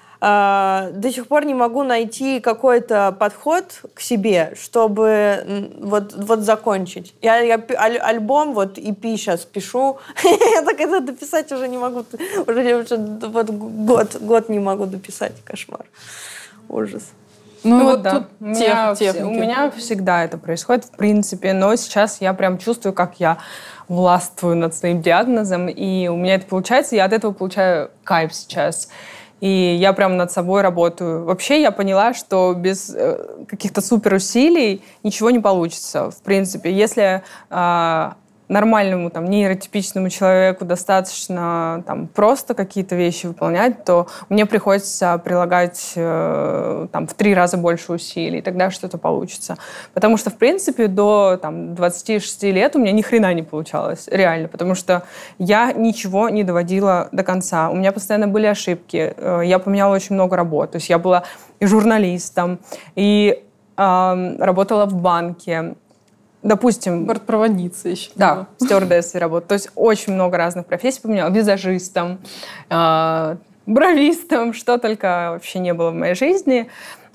Speaker 1: Uh, до сих пор не могу найти какой-то подход к себе, чтобы вот, вот закончить. Я, я аль, альбом, вот и пи сейчас пишу. Я так это дописать уже не могу. Уже, уже вот год, год не могу дописать. Кошмар. Ужас.
Speaker 3: Ну, ну вот да. Тут у, меня, у меня всегда это происходит, в принципе. Но сейчас я прям чувствую, как я властвую над своим диагнозом. И у меня это получается. Я от этого получаю кайф сейчас. И я прям над собой работаю. Вообще я поняла, что без э, каких-то суперусилий ничего не получится. В принципе, если э, нормальному там, нейротипичному человеку достаточно там, просто какие-то вещи выполнять, то мне приходится прилагать э, там, в три раза больше усилий, и тогда что-то получится. Потому что, в принципе, до там, двадцати шести лет у меня ни хрена не получалось, реально, потому что я ничего не доводила до конца. У меня постоянно были ошибки, э, я поменяла очень много работ. То есть я была и журналистом, и э, работала в банке, допустим...
Speaker 2: Бортпроводница еще.
Speaker 3: Да, стюардессой работаю. То есть очень много разных профессий поменяла. Визажистом, э, бровистом, что только вообще не было в моей жизни.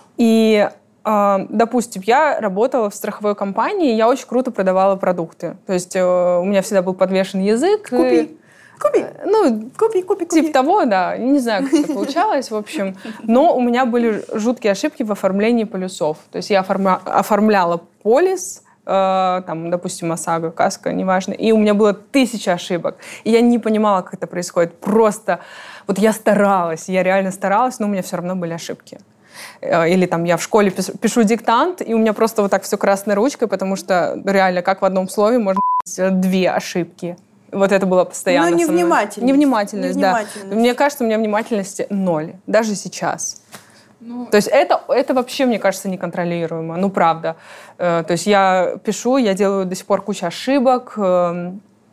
Speaker 3: И, э, допустим, я работала в страховой компании, и я очень круто продавала продукты. То есть э, у меня всегда был подвешен язык.
Speaker 1: Купи. И... Купи.
Speaker 3: Ну, купи, купи, купи. Типа того, да. Не знаю, как это получалось, в общем. Но у меня были жуткие ошибки в оформлении полюсов. То есть я оформля... оформляла полис, там, допустим, ОСАГО, КАСКО, неважно. И у меня было тысяча ошибок. И я не понимала, как это происходит. Просто вот я старалась, я реально старалась, но у меня все равно были ошибки. Или там я в школе пишу диктант, и у меня просто вот так все красной ручкой, потому что реально как в одном слове можно две ошибки. Вот это было постоянно.
Speaker 1: Ну, невнимательность.
Speaker 3: Невнимательность, невнимательность, да. Мне кажется, у меня внимательности ноль, даже сейчас. Ну, то есть это, это вообще, мне кажется, неконтролируемо. Ну, правда. Э, то есть я пишу, я делаю до сих пор кучу ошибок. Э,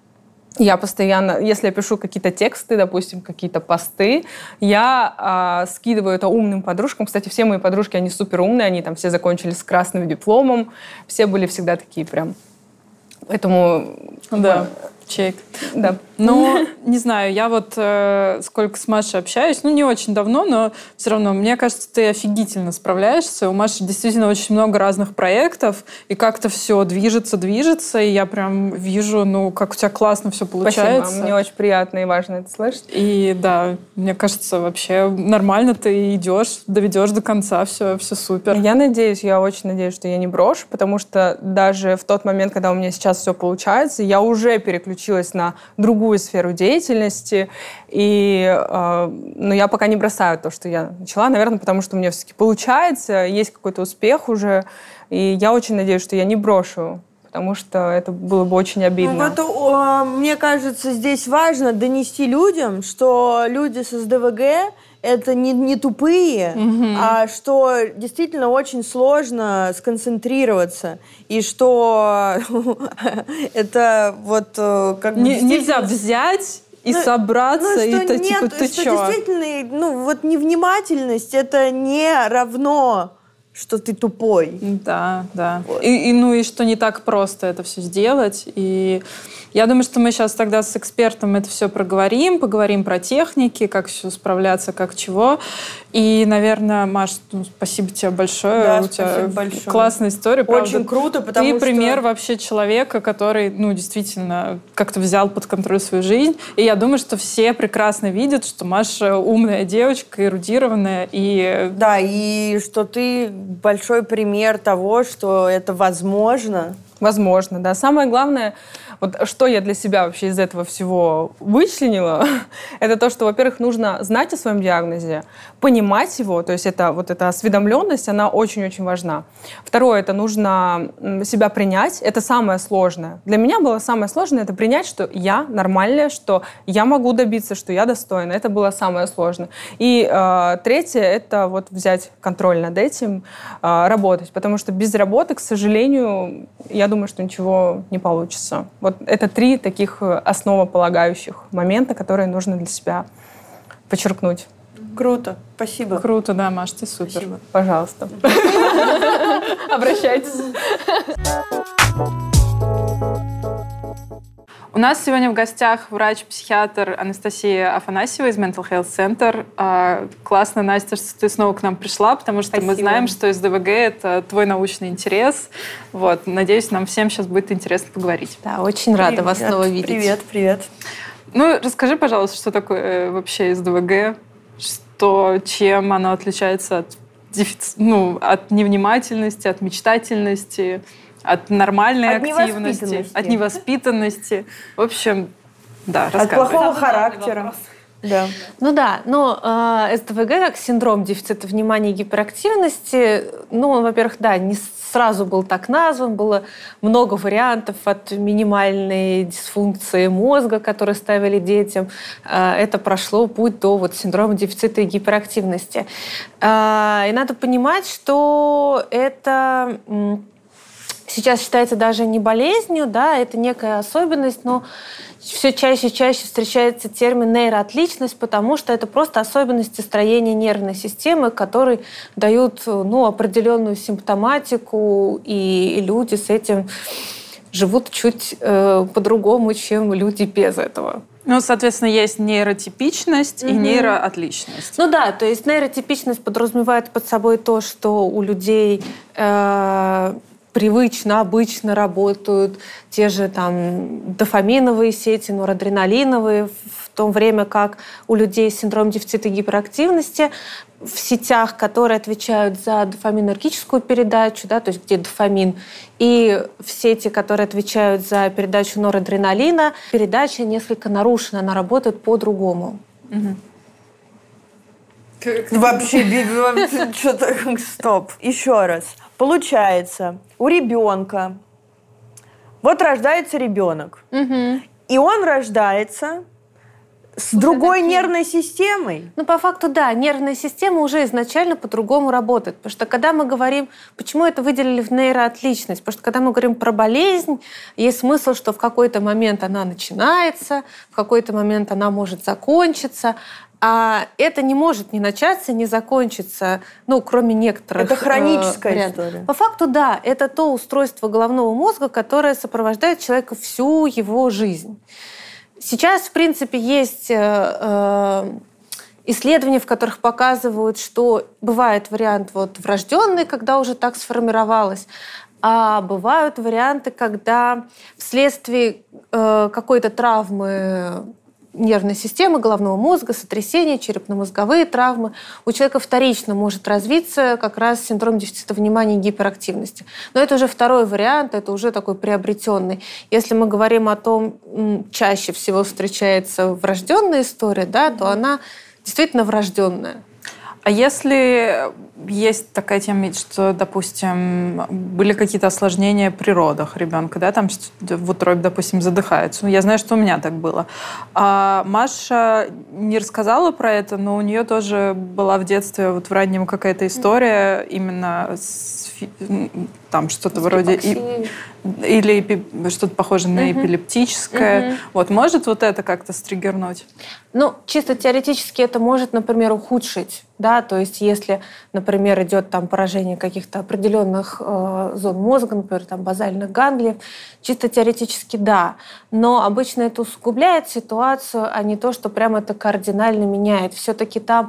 Speaker 3: я постоянно, если я пишу какие-то тексты, допустим, какие-то посты, я э, скидываю это умным подружкам. Кстати, все мои подружки, они супер умные, они там все закончили с красным дипломом. Все были всегда такие прям... Поэтому...
Speaker 2: Да, чек.
Speaker 3: Да.
Speaker 2: Но, не знаю, я вот э, сколько с Машей общаюсь, ну, не очень давно, но все равно, мне кажется, ты офигительно справляешься. У Маши действительно очень много разных проектов, и как-то все движется, движется, и я прям вижу, ну, как у тебя классно все получается.
Speaker 3: Спасибо, мне очень приятно и важно это слышать.
Speaker 2: И да, мне кажется, вообще нормально ты идешь, доведешь до конца, все, все супер.
Speaker 3: Я надеюсь, я очень надеюсь, что я не брошу, потому что даже в тот момент, когда у меня сейчас все получается, я уже переключилась на другую сферу деятельности, и э, но я пока не бросаю то, что я начала, наверное, потому что у меня все-таки получается, есть какой-то успех уже, и я очень надеюсь, что я не брошу, потому что это было бы очень обидно.
Speaker 1: Ну, вот, о, мне кажется, здесь важно донести людям, что люди с СДВГ это не, не тупые, mm-hmm. а что действительно очень сложно сконцентрироваться. И что это вот как бы...
Speaker 2: Не, нельзя взять и ну, собраться, ну, и то,
Speaker 1: нет,
Speaker 2: типа, ты
Speaker 1: что
Speaker 2: чё?
Speaker 1: Действительно, ну, вот невнимательность, это не равно, что ты тупой.
Speaker 2: Да, да. Вот. И, и, ну и что не так просто это все сделать. И я думаю, что мы сейчас тогда с экспертом это все проговорим, поговорим про техники, как все справляться, как чего. И, наверное, Маш, ну, спасибо тебе большое.
Speaker 1: Да,
Speaker 2: у тебя
Speaker 1: большое.
Speaker 2: Классная история.
Speaker 1: Очень
Speaker 2: правда.
Speaker 1: Круто, потому
Speaker 2: ты
Speaker 1: что...
Speaker 2: Ты пример вообще человека, который, ну, действительно как-то взял под контроль свою жизнь. И я думаю, что все прекрасно видят, что Маша умная девочка, эрудированная. И...
Speaker 1: Да, и что ты большой пример того, что это возможно.
Speaker 3: Возможно, да. Самое главное, вот что я для себя вообще из этого всего вычленила, это то, что, во-первых, нужно знать о своем диагнозе, понимать его, то есть это, вот эта осведомленность, она очень-очень важна. Второе, это нужно себя принять, это самое сложное. Для меня было самое сложное, это принять, что я нормальная, что я могу добиться, что я достойна. Это было самое сложное. И э, третье, это вот взять контроль над этим, э, работать, потому что без работы, к сожалению, я думаю, что ничего не получится. Вот это три таких основополагающих момента, которые нужно для себя подчеркнуть.
Speaker 1: Круто, спасибо.
Speaker 2: Круто, да, Маш, ты супер.
Speaker 1: Спасибо.
Speaker 3: Пожалуйста. Обращайтесь.
Speaker 2: У нас сегодня в гостях врач-психиатр Анастасия Афанасьева из Mental Health Center. Классно, Настя, что ты снова к нам пришла, потому что Спасибо. Мы знаем, что эс дэ вэ гэ — это твой научный интерес. Вот. Надеюсь, нам всем сейчас будет интересно поговорить.
Speaker 4: Да, очень рада
Speaker 1: привет.
Speaker 4: вас снова видеть.
Speaker 1: Привет, привет.
Speaker 2: Ну, расскажи, пожалуйста, что такое вообще эс дэ вэ гэ, что, чем оно отличается от, дефици... ну, от невнимательности, от мечтательности, от нормальной
Speaker 1: от
Speaker 2: активности,
Speaker 1: невоспитанности.
Speaker 2: от невоспитанности. В общем, да,
Speaker 1: от
Speaker 2: рассказывай.
Speaker 1: От плохого характера. Да.
Speaker 4: Ну да, но э, эс дэ вэ гэ как синдром дефицита внимания и гиперактивности, ну, он, во-первых, да, не сразу был так назван, было много вариантов от минимальной дисфункции мозга, которые ставили детям. Э, это прошло путь до вот, синдрома дефицита и гиперактивности. Э, и надо понимать, что это... Сейчас считается даже не болезнью, да, это некая особенность, но все чаще и чаще встречается термин нейроотличность, потому что это просто особенности строения нервной системы, которые дают ну, определенную симптоматику, и, и люди с этим живут чуть э, по-другому, чем люди без этого.
Speaker 2: Ну, соответственно, есть нейротипичность mm-hmm. и нейроотличность.
Speaker 4: Ну да, то есть нейротипичность подразумевает под собой то, что у людей... Э, привычно, обычно работают те же там дофаминовые сети, норадреналиновые, в то время как у людей с синдромом дефицита гиперактивности в сетях, которые отвечают за дофаминергическую передачу, да, то есть где дофамин, и в сети, которые отвечают за передачу норадреналина, передача несколько нарушена, она работает по-другому.
Speaker 2: Угу.
Speaker 1: Вообще, что-то... Стоп. Еще раз. Получается, у ребенка... Вот рождается ребенок.
Speaker 4: Угу.
Speaker 1: И он рождается с уже другой такие... нервной системой.
Speaker 4: Ну, по факту, да. Нервная система уже изначально по-другому работает. Потому что когда мы говорим... Почему это выделили в нейроотличность? Потому что когда мы говорим про болезнь, есть смысл, что в какой-то момент она начинается, в какой-то момент она может закончиться. А это не может ни начаться, ни закончиться, ну, кроме некоторых...
Speaker 1: Это хроническая
Speaker 4: э,
Speaker 1: история.
Speaker 4: По факту, да. Это то устройство головного мозга, которое сопровождает человека всю его жизнь. Сейчас, в принципе, есть э, э, исследования, в которых показывают, что бывает вариант вот, врожденный, когда уже так сформировалось, а бывают варианты, когда вследствие э, какой-то травмы нервной системы, головного мозга, сотрясения, черепно-мозговые травмы, у человека вторично может развиться как раз синдром дефицита внимания и гиперактивности. Но это уже второй вариант, это уже такой приобретенный. Если мы говорим о том, чаще всего встречается врожденная история, да, то она действительно врожденная.
Speaker 2: А если есть такая тема, что, допустим, были какие-то осложнения при родах ребенка, да, там в утробе, допустим, задыхается. Ну, я знаю, что у меня так было. А Маша не рассказала про это, но у нее тоже была в детстве, вот в раннем какая-то история mm-hmm. именно с, там что-то с вроде... И, или что-то похожее на mm-hmm. эпилептическое. Mm-hmm. Вот, может вот это как-то стриггернуть?
Speaker 4: Ну, чисто теоретически это может, например, ухудшить. Да? То есть если, например, идет там поражение каких-то определенных э, зон мозга, например, там базальных ганглиев, чисто теоретически да. Но обычно это усугубляет ситуацию, а не то, что прямо это кардинально меняет. Все-таки там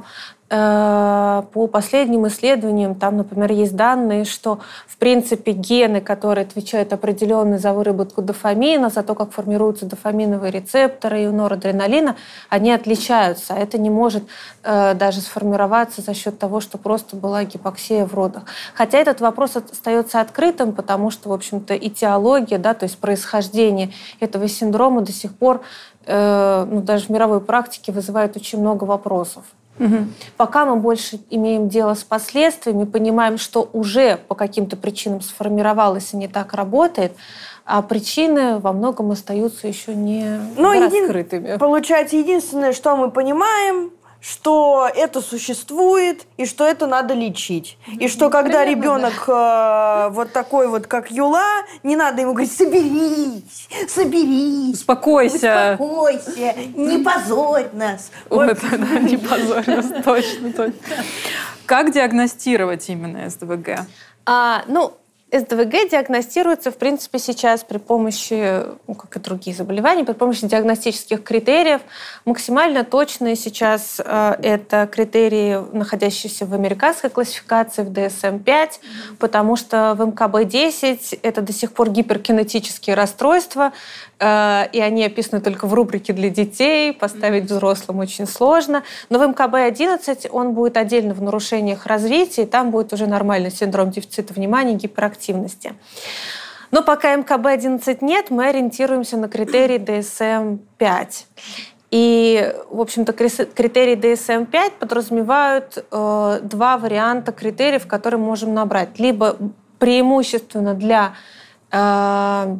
Speaker 4: э, по последним исследованиям, там, например, есть данные, что, в принципе, гены, которые отвечают определенно за выработку дофамина, за то, как формируются дофаминовые рецепторы и у норадреналина, они отличаются. Это не может э, даже сформироваться за счет того, что просто была гипоксия в родах. Хотя этот вопрос остается открытым, потому что, в общем-то, этиология, да, то есть происхождение этого синдрома до сих пор, э, ну, даже в мировой практике вызывает очень много вопросов. Угу. Пока мы больше имеем дело с последствиями, понимаем, что уже по каким-то причинам сформировалось и не так работает, а причины во многом остаются еще не ну, раскрытыми.
Speaker 1: Един... Получается, единственное, что мы понимаем, что это существует и что это надо лечить. И что когда
Speaker 4: Примерно,
Speaker 1: ребенок э, вот такой вот, как Юла, не надо ему говорить: соберись, соберись,
Speaker 2: Успокойся.
Speaker 1: успокойся, не позорь нас.
Speaker 2: Ой,
Speaker 1: Вот.
Speaker 2: да, да, не позорь нас, точно, точно. Как диагностировать именно СДВГ?
Speaker 4: А, ну, СДВГ диагностируется, в принципе, сейчас при помощи, ну, как и другие заболевания, при помощи диагностических критериев. Максимально точные сейчас э, это критерии, находящиеся в американской классификации, в ди эс эм пять, потому что в эм ка бэ десять это до сих пор гиперкинетические расстройства, э, и они описаны только в рубрике для детей, поставить взрослым очень сложно. Но в эм ка бэ одиннадцать он будет отдельно в нарушениях развития, и там будет уже нормальный синдром дефицита внимания, гиперактивности. Но пока эм ка бэ одиннадцать нет, мы ориентируемся на критерий ди эс эм пять. И, в общем-то, критерии ди эс эм пять подразумевают э, два варианта критериев, которые мы можем набрать. Либо преимущественно для э,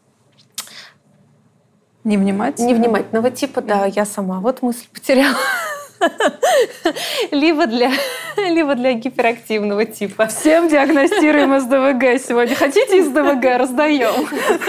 Speaker 2: Невнимательного?
Speaker 4: невнимательного типа, да, я сама вот мысль потеряла. Либо для, либо для гиперактивного типа.
Speaker 2: Всем диагностируем СДВГ сегодня. Хотите СДВГ? Раздаем.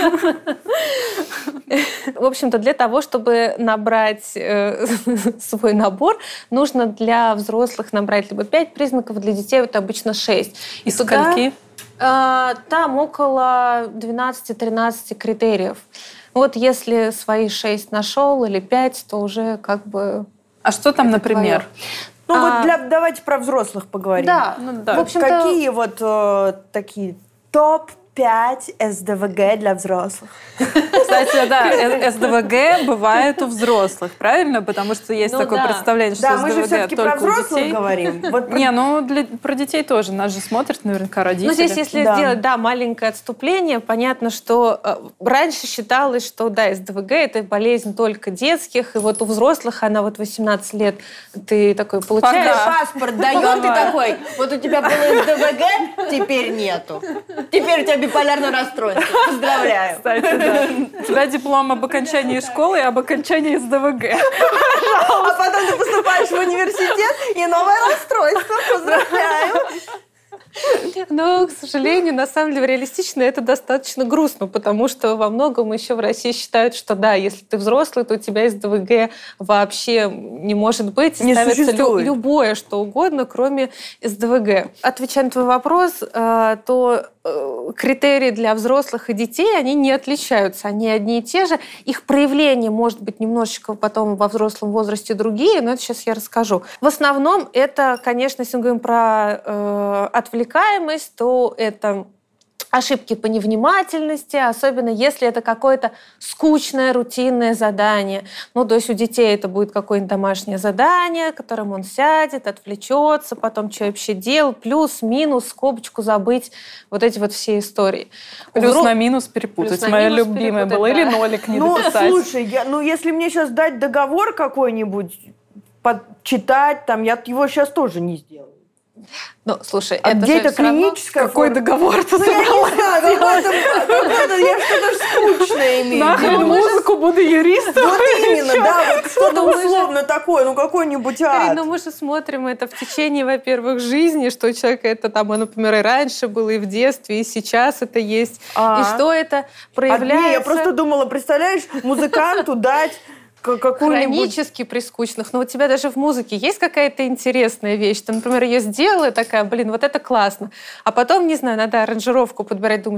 Speaker 4: В общем-то, для того, чтобы набрать э, свой набор, нужно для взрослых набрать либо пять признаков, для детей это обычно шесть.
Speaker 2: И скольки?
Speaker 4: Э, там около двенадцати-тринадцати критериев. Вот если свои шесть нашел или пять, то уже как бы...
Speaker 2: А что там,
Speaker 4: это
Speaker 2: например?
Speaker 4: твое.
Speaker 1: Ну
Speaker 4: А,
Speaker 1: вот для, давайте про взрослых поговорим.
Speaker 4: Да,
Speaker 2: Ну да.
Speaker 4: в общем-то,
Speaker 1: Какие вот э, такие топ пять СДВГ для взрослых?
Speaker 2: Кстати, да, э- СДВГ бывает у взрослых, правильно? Потому что есть
Speaker 4: Ну
Speaker 2: такое
Speaker 4: да.
Speaker 2: представление, что
Speaker 1: Да, мы же
Speaker 2: СДВГ
Speaker 1: все-таки про
Speaker 2: только у
Speaker 1: взрослых
Speaker 2: детей.
Speaker 1: говорим. Вот про-
Speaker 2: Не, ну для, про детей тоже. Нас же смотрят наверняка родители.
Speaker 4: Ну, здесь, если
Speaker 1: Да.
Speaker 4: сделать, да, маленькое отступление, понятно, что э, раньше считалось, что, да, СДВГ – это болезнь только детских, и вот у взрослых она вот восемнадцать лет, ты такой получаешь...
Speaker 2: Пока.
Speaker 1: паспорт даем, ты такой: вот у тебя было СДВГ, теперь нету. Теперь у тебя биполярное расстройство. Поздравляю.
Speaker 2: Кстати, да. У тебя диплом об окончании школы и об окончании СДВГ.
Speaker 1: А потом ты поступаешь в университет, и новое расстройство. Поздравляю.
Speaker 4: Но, к сожалению, на самом деле, реалистично это достаточно грустно, потому что во многом еще в России считают, что да, если ты взрослый, то у тебя СДВГ вообще не может быть.
Speaker 1: Не
Speaker 4: ставится лю-
Speaker 1: существует.
Speaker 4: любое, что угодно, кроме СДВГ. Отвечая на твой вопрос, э, то э, критерии для взрослых и детей, они не отличаются. Они одни и те же. Их проявление может быть немножечко потом во взрослом возрасте другие, но это сейчас я расскажу. В основном это, конечно, если мы говорим про э, отвлекаемость, то это ошибки по невнимательности, особенно если это какое-то скучное, рутинное задание. Ну, то есть у детей это будет какое-нибудь домашнее задание, которым он сядет, отвлечется, потом что вообще делал, плюс, минус, скобочку забыть, вот эти вот все истории.
Speaker 2: Плюс
Speaker 4: Взро-
Speaker 2: на минус перепутать.
Speaker 4: Плюс на
Speaker 2: Моя
Speaker 4: минус
Speaker 2: любимая
Speaker 4: перепутать,
Speaker 2: была.
Speaker 4: да.
Speaker 2: Или нолик не
Speaker 1: Ну,
Speaker 2: дописать.
Speaker 1: слушай, я, ну если мне сейчас дать договор какой-нибудь, почитать, там, я его сейчас тоже не сделаю.
Speaker 4: Ну, слушай,
Speaker 1: А
Speaker 4: это
Speaker 1: где
Speaker 4: же
Speaker 1: это
Speaker 4: всё равно-
Speaker 1: клиническая
Speaker 2: Какой
Speaker 1: форма?
Speaker 2: договор ты
Speaker 1: Ну, я не знаю, какой-то, какой-то, я что-то скучное имею в
Speaker 2: Нахрен
Speaker 1: виду.
Speaker 2: музыку, буду юристом.
Speaker 1: Вот именно, да, вот что-то
Speaker 4: Ну, мы же-
Speaker 1: условно такое, ну какой-нибудь
Speaker 4: Карин,
Speaker 1: ад.
Speaker 4: ну мы же смотрим это в течение, во-первых, жизни, что у человека это там, например, и раньше было, и в детстве, и сейчас это есть.
Speaker 1: А.
Speaker 4: И что это
Speaker 1: А,
Speaker 4: проявляется...
Speaker 1: не, я просто думала, представляешь, музыканту дать к- какую-нибудь...
Speaker 4: хронически прискучных. Но у тебя даже в музыке есть какая-то интересная вещь. Ты, например, ее сделала, такая, блин, вот это классно. А потом, не знаю, надо аранжировку подбирать, думаешь,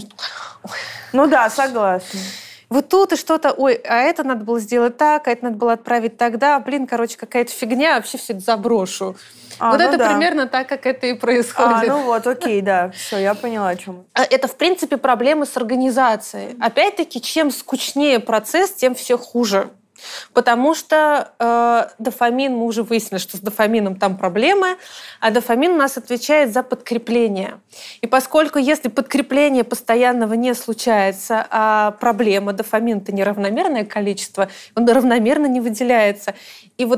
Speaker 1: Ну да, согласна.
Speaker 4: вот тут и что-то, ой, а это надо было сделать так, а это надо было отправить тогда, блин, короче, какая-то фигня, вообще все это заброшу.
Speaker 1: А,
Speaker 4: вот
Speaker 1: ну
Speaker 4: это
Speaker 1: да.
Speaker 4: примерно так, как это и
Speaker 1: А,
Speaker 4: происходит.
Speaker 1: ну вот, окей, да, все, я поняла, о чем.
Speaker 4: А Это, в принципе, проблемы с организацией. Опять-таки, чем скучнее процесс, тем все хуже. Потому что э, дофамин, мы уже выяснили, что с дофамином там проблемы, а дофамин у нас отвечает за подкрепление. И поскольку если подкрепление постоянного не случается, а проблема, дофамин – это неравномерное количество, он равномерно не выделяется. И вот этот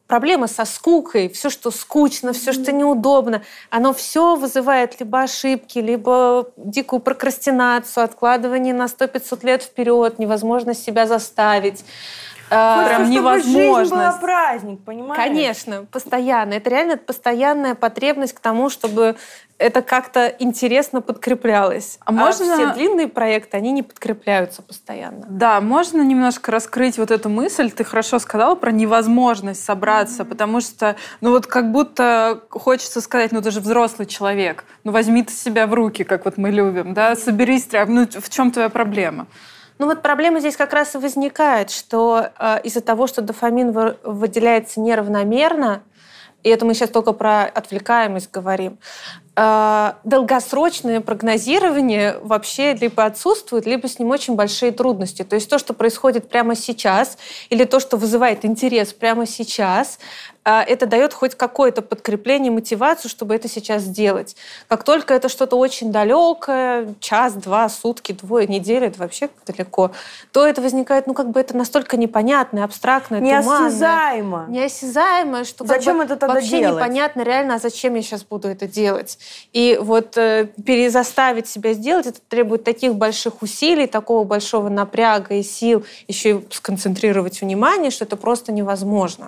Speaker 4: проблемы со скукой, все, что скучно, все, что неудобно, оно все вызывает либо ошибки, либо дикую прокрастинацию, откладывание на сто-пятьсот лет вперед, невозможность себя заставить.
Speaker 1: Хочется,
Speaker 2: Прям
Speaker 1: чтобы
Speaker 2: невозможность.
Speaker 1: жизнь была праздник, понимаешь?
Speaker 4: Конечно, постоянно. Это реально постоянная потребность к тому, чтобы это как-то интересно подкреплялось.
Speaker 2: А можно-
Speaker 4: все длинные проекты, они не подкрепляются постоянно.
Speaker 2: Да, можно немножко раскрыть вот эту мысль. Ты хорошо сказала про невозможность собраться, mm-hmm. потому что, ну вот как будто хочется сказать, ну ты же взрослый человек, ну возьми ты себя в руки, как вот мы любим, да, соберись, ну в чем твоя проблема?
Speaker 4: Ну вот проблема здесь как раз и возникает, что э, из-за того, что дофамин вы, выделяется неравномерно, и это мы сейчас только про отвлекаемость говорим, э, долгосрочное прогнозирование вообще либо отсутствует, либо с ним очень большие трудности. То есть то, что происходит прямо сейчас, или то, что вызывает интерес прямо сейчас, э, это дает хоть какое-то подкрепление, мотивацию, чтобы это сейчас сделать. Как только это что-то очень далекое, час, два, сутки, двое, недели, это вообще далеко, то это возникает, ну как бы это настолько непонятное, абстрактное, туманное.
Speaker 1: Неосязаемо.
Speaker 4: Неосязаемое, что как
Speaker 1: Зачем
Speaker 4: бы
Speaker 1: это тогда
Speaker 4: вообще
Speaker 1: делать?
Speaker 4: непонятно реально, а зачем я сейчас буду это делать. И вот э, перезаставить себя сделать, это требует таких больших усилий, такого большого напряга и сил, еще и сконцентрировать внимание, что это просто невозможно.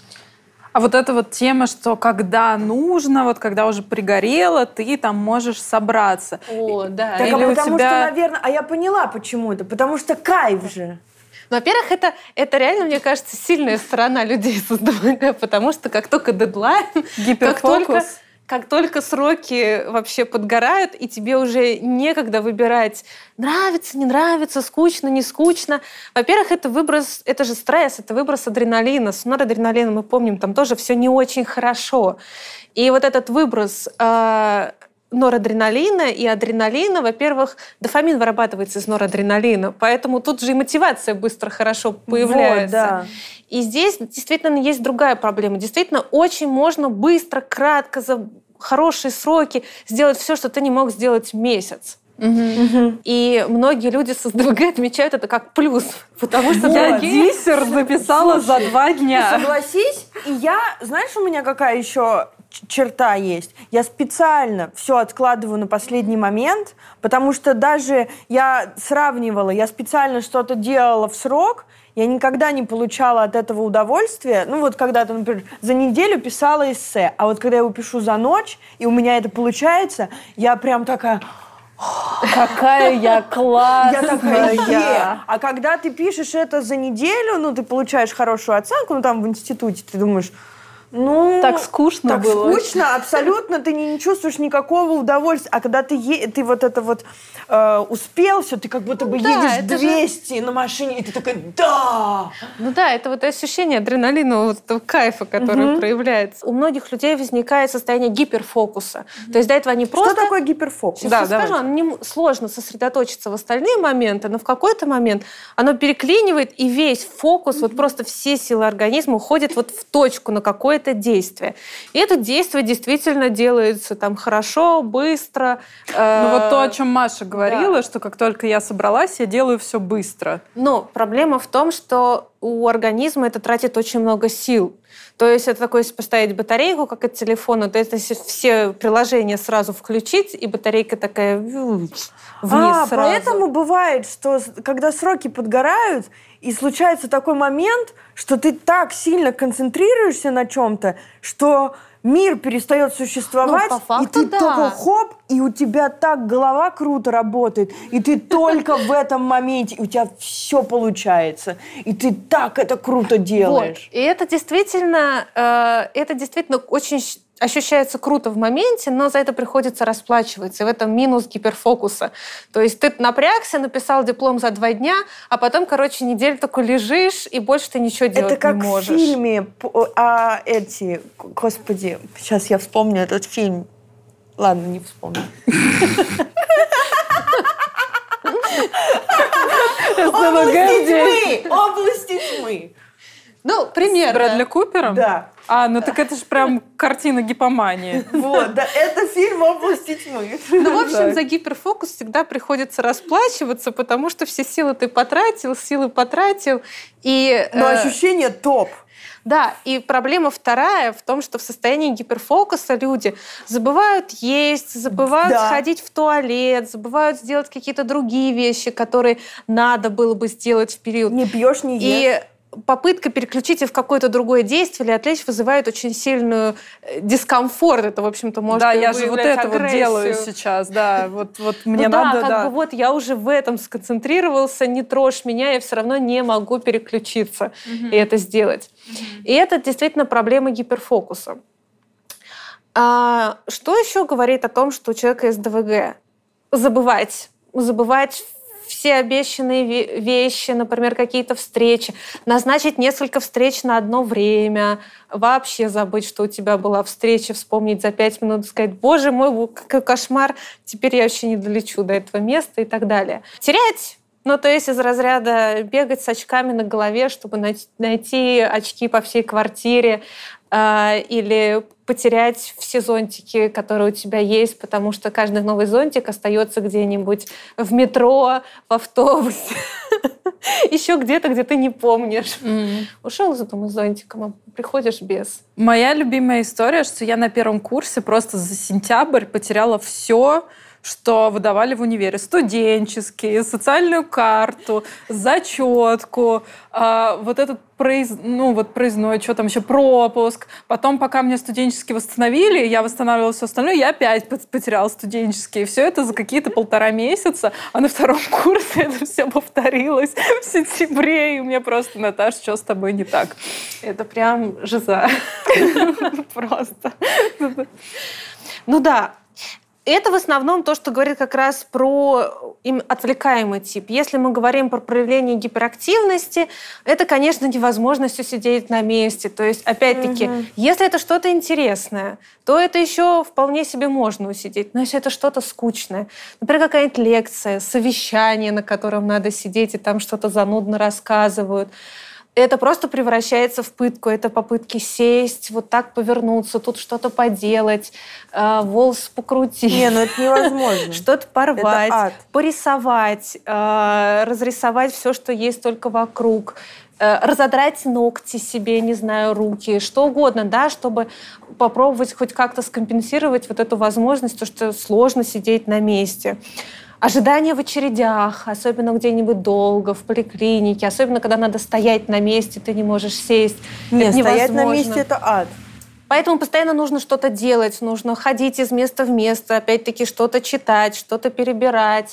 Speaker 2: А вот эта вот тема, что когда нужно, вот когда уже пригорело, ты там можешь собраться.
Speaker 4: О, да.
Speaker 1: Так, а
Speaker 2: Или у
Speaker 1: потому
Speaker 2: тебя-
Speaker 1: что, наверное... А я поняла, почему это. Потому что кайф же.
Speaker 4: Во-первых, это, это реально, мне кажется, сильная сторона людей с ДВГ, потому что как только дедлайн, как
Speaker 2: Гиперфокус.
Speaker 4: только, как только сроки вообще подгорают, и тебе уже некогда выбирать, нравится, не нравится, скучно, не скучно. Во-первых, это выброс, это же стресс, это выброс адреналина. С норадреналином, мы помним, там тоже все не очень хорошо. И вот этот выброс э, норадреналина и адреналина, во-первых, дофамин вырабатывается из норадреналина, поэтому тут же и мотивация быстро хорошо появляется.
Speaker 1: Вот, да.
Speaker 4: И здесь действительно есть другая проблема. Действительно, очень можно быстро, кратко, за хорошие сроки сделать все, что ты не мог сделать месяц.
Speaker 2: Угу.
Speaker 4: И многие люди с СДВГ отмечают это как плюс, потому что
Speaker 2: Я
Speaker 4: другие...
Speaker 2: диссер записала за два дня.
Speaker 1: Согласись, и я, знаешь, у меня какая еще ч- черта есть? Я специально все откладываю на последний момент, потому что даже я сравнивала, я специально что-то делала в срок, я никогда не получала от этого удовольствия. Ну вот когда-то, например, за неделю писала эссе, а вот когда я его пишу за ночь, и у меня это получается, я прям такая...
Speaker 2: Какая я классная.
Speaker 1: Я такая, е. А когда ты пишешь это за неделю, ну, ты получаешь хорошую оценку, ну, там в институте, ты думаешь, ну...
Speaker 2: Так скучно
Speaker 1: так
Speaker 2: было.
Speaker 1: скучно, абсолютно, ты не, не чувствуешь никакого удовольствия. А когда ты, е- ты вот это вот э, успел все, ты как будто бы
Speaker 4: Ну да,
Speaker 1: едешь
Speaker 4: это же-
Speaker 1: двести на машине, и ты такая, да!
Speaker 4: Ну да, это вот ощущение адреналина, вот этого кайфа, который
Speaker 1: Мгм.
Speaker 4: проявляется. У многих людей возникает состояние гиперфокуса. То есть до этого они просто...
Speaker 1: Что такое гиперфокус?
Speaker 4: Сейчас
Speaker 2: Да,
Speaker 4: расскажу,
Speaker 2: давайте.
Speaker 4: оно не м- сложно сосредоточиться в остальные моменты, но в какой-то момент оно переклинивает, и весь фокус, вот просто все силы организма уходят вот в точку на какое-то действие. И это действие действительно делается там хорошо, быстро. э,
Speaker 2: Ну вот то, о чем Маша говорила, что как только я собралась, я делаю все быстро.
Speaker 4: Но проблема в том, что у организма это тратит очень много сил. То есть это такое, если поставить батарейку, как от телефона, то это если все приложения сразу включить, и батарейка такая вниз
Speaker 1: А,
Speaker 4: сразу.
Speaker 1: поэтому бывает, что с- когда сроки подгорают, и случается такой момент, что ты так сильно концентрируешься на чем-то, что мир перестает существовать,
Speaker 4: Ну, по факту,
Speaker 1: и ты
Speaker 4: да.
Speaker 1: только хоп, и у тебя так голова круто работает, и ты только в этом моменте, и у тебя все получается, и ты так это круто
Speaker 4: Вот.
Speaker 1: делаешь.
Speaker 4: И это действительно, э, это действительно очень щ- ощущается круто в моменте, но за это приходится расплачиваться. И в этом минус гиперфокуса. То есть ты напрягся, написал диплом за два дня, а потом, короче, неделю такой лежишь, и больше ты ничего делать
Speaker 1: Это как
Speaker 4: не
Speaker 1: в
Speaker 4: можешь.
Speaker 1: фильме, п- а эти, господи, сейчас я вспомню этот фильм. Ладно, не вспомню. Области тьмы! Области тьмы!
Speaker 4: Ну, примерно.
Speaker 2: С Брэдли Купером?
Speaker 1: Да.
Speaker 2: А, ну так это же прям картина гипомании.
Speaker 1: Вот, да, это фильм «Области тьмы».
Speaker 4: Ну, в общем, за гиперфокус всегда приходится расплачиваться, потому что все силы ты потратил, силы потратил. И,
Speaker 1: Но
Speaker 4: э,
Speaker 1: ощущение топ.
Speaker 4: Да, и проблема вторая в том, что в состоянии гиперфокуса люди забывают есть, забывают
Speaker 1: Да.
Speaker 4: сходить в туалет, забывают сделать какие-то другие вещи, которые надо было бы сделать в период.
Speaker 1: Не пьешь, не ешь.
Speaker 4: И попытка переключить их в какое-то другое действие или отвлечь вызывает очень сильную э, дискомфорт. Это, в общем-то, может
Speaker 2: Да, я же вот
Speaker 4: выявлять
Speaker 2: это вот
Speaker 4: агрессию.
Speaker 2: делаю сейчас, да. Вот, вот мне
Speaker 4: Ну
Speaker 2: надо,
Speaker 4: да, как
Speaker 2: да.
Speaker 4: бы вот я уже в этом сконцентрировался, не трожь меня, я все равно не могу переключиться и это сделать. И это действительно проблема гиперфокуса. А, что еще говорит о том, что у человека есть ДВГ? Забывать. Забывать все обещанные ве- вещи, например, какие-то встречи, назначить несколько встреч на одно время, вообще забыть, что у тебя была встреча, вспомнить за пять минут и сказать: «Боже мой, какой кошмар, теперь я вообще не долечу до этого места» и так далее. Терять. Ну, то есть из разряда бегать с очками на голове, чтобы най- найти очки по всей квартире, э, или потерять все зонтики, которые у тебя есть, потому что каждый новый зонтик остается где-нибудь в метро, в автобусе, еще где-то, где ты не помнишь. Ушел из дома с зонтиком, а приходишь без.
Speaker 2: Моя любимая история, что я на первом курсе просто за сентябрь потеряла все, что выдавали в универе. Студенческие, социальную карту, зачетку, э, вот этот произ... ну, вот проездной, что там еще, пропуск. Потом, пока мне студенческие восстановили, я восстанавливала все остальное, я опять потеряла студенческие. Все это за какие-то полтора месяца. А на втором курсе это все повторилось в сентябре. И у меня просто: Наташа, что с тобой не так?
Speaker 4: Это прям жиза.
Speaker 2: Просто.
Speaker 4: Ну да. Это в основном то, что говорит как раз про им отвлекаемый тип. Если мы говорим про проявление гиперактивности, это, конечно, невозможность усидеть на месте. То есть, опять-таки, угу. если это что-то интересное, то это еще вполне себе можно усидеть. Но если это что-то скучное, например, какая-нибудь лекция, совещание, на котором надо сидеть, и там что-то занудно рассказывают, это просто превращается в пытку. Это попытки сесть, вот так повернуться, тут что-то поделать, э, волос покрутить.
Speaker 1: Не, ну это невозможно.
Speaker 4: Что-то порвать, порисовать, э, разрисовать все, что есть только вокруг, э, разодрать ногти себе, не знаю, руки, что угодно, да, чтобы попробовать хоть как-то скомпенсировать вот эту возможность, то, что сложно сидеть на месте. Ожидание в очередях, особенно где-нибудь долго, в поликлинике, особенно когда надо стоять на месте, ты не можешь сесть.
Speaker 1: Нет, стоять на месте — это ад.
Speaker 4: Поэтому постоянно нужно что-то делать, нужно ходить из места в место, опять-таки что-то читать, что-то перебирать.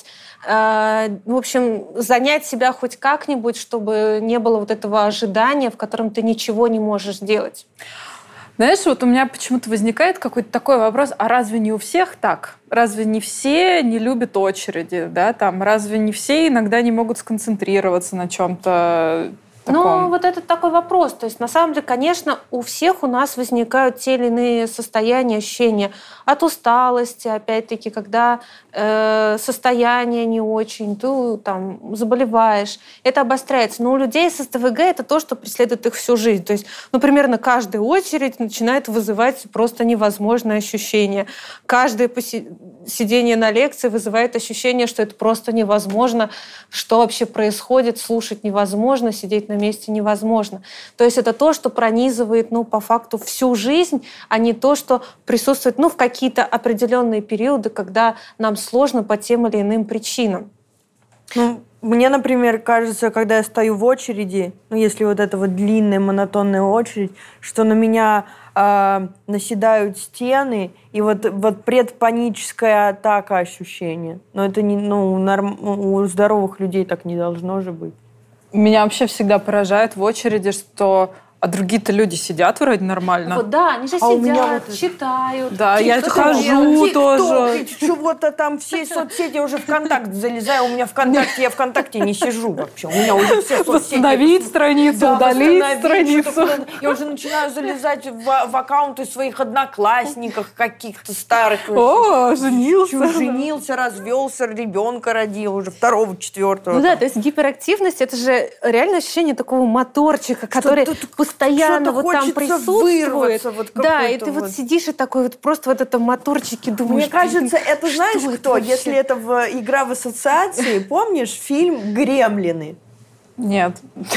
Speaker 4: В общем, занять себя хоть как-нибудь, чтобы не было вот этого ожидания, в котором ты ничего не можешь делать.
Speaker 2: Знаешь, вот у меня почему-то возникает какой-то такой вопрос: а разве не у всех так? Разве не все не любят очереди? Да? Там, разве не все иногда не могут сконцентрироваться на чем-то таком?
Speaker 4: Ну, вот это такой вопрос. То есть, на самом деле, конечно, у всех у нас возникают те или иные состояния, ощущения от усталости, опять-таки, когда э, состояние не очень, ты там заболеваешь, это обостряется. Но у людей с СТВГ это то, что преследует их всю жизнь. То есть, ну, примерно каждая очередь начинает вызывать просто невозможное ощущение. Каждое поси- сидение на лекции вызывает ощущение, что это просто невозможно, что вообще происходит, слушать невозможно, сидеть на месте невозможно. То есть это то, что пронизывает, ну, по факту всю жизнь, а не то, что присутствует, ну, в какие-то определенные периоды, когда нам сложно по тем или иным причинам.
Speaker 1: Ну, мне, например, кажется, когда я стою в очереди, ну, если вот эта вот длинная монотонная очередь, что на меня э, наседают стены, и вот, вот предпаническая атака ощущения. Но это не, ну, норм, у здоровых людей так не должно же быть.
Speaker 2: Меня вообще всегда поражает в очереди, что а другие-то люди сидят вроде нормально.
Speaker 4: Вот, да, они же
Speaker 1: а
Speaker 4: сидят,
Speaker 1: вот
Speaker 4: читают.
Speaker 2: Да, я хожу тоже.
Speaker 1: Чего-то там все соцсети, уже ВКонтакте залезаю. У меня ВКонтакте, я ВКонтакте не сижу вообще. У меня уже все соцсети.
Speaker 2: Восстановить страницу, да, удалить страницу.
Speaker 1: Я уже начинаю залезать в, в аккаунты своих одноклассников каких-то старых.
Speaker 2: О, женился.
Speaker 1: Женился, развелся, ребенка родил, уже второго, четвертого.
Speaker 4: Ну да, то есть гиперактивность — это же реально ощущение такого моторчика, который постоянно вот там присутствует.
Speaker 1: Вот
Speaker 4: да, и ты вот. вот сидишь и такой вот просто вот это моторчики думаешь.
Speaker 1: Мне кажется, это знаешь
Speaker 4: что
Speaker 1: кто?
Speaker 4: Это
Speaker 1: Если это в, игра в ассоциации, помнишь фильм «Гремлины»?
Speaker 2: Нет.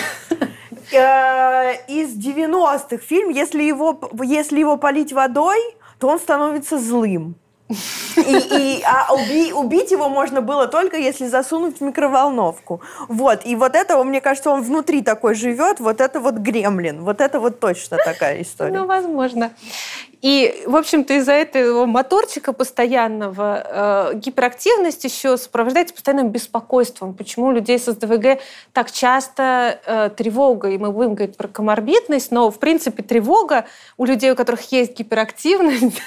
Speaker 1: Из девяностых фильм, если его, если его полить водой, то он становится злым. И, и, а уби, убить его можно было только если засунуть в микроволновку. Вот. И вот это, мне кажется, он внутри такой живет. Вот это вот гремлин. Вот это вот точно такая история.
Speaker 4: Ну, возможно. И, в общем-то, из-за этого моторчика постоянного э, гиперактивность еще сопровождается постоянным беспокойством. Почему у людей с СДВГ так часто э, тревога? И мы будем говорить про коморбидность, но, в принципе, тревога у людей, у которых есть гиперактивность,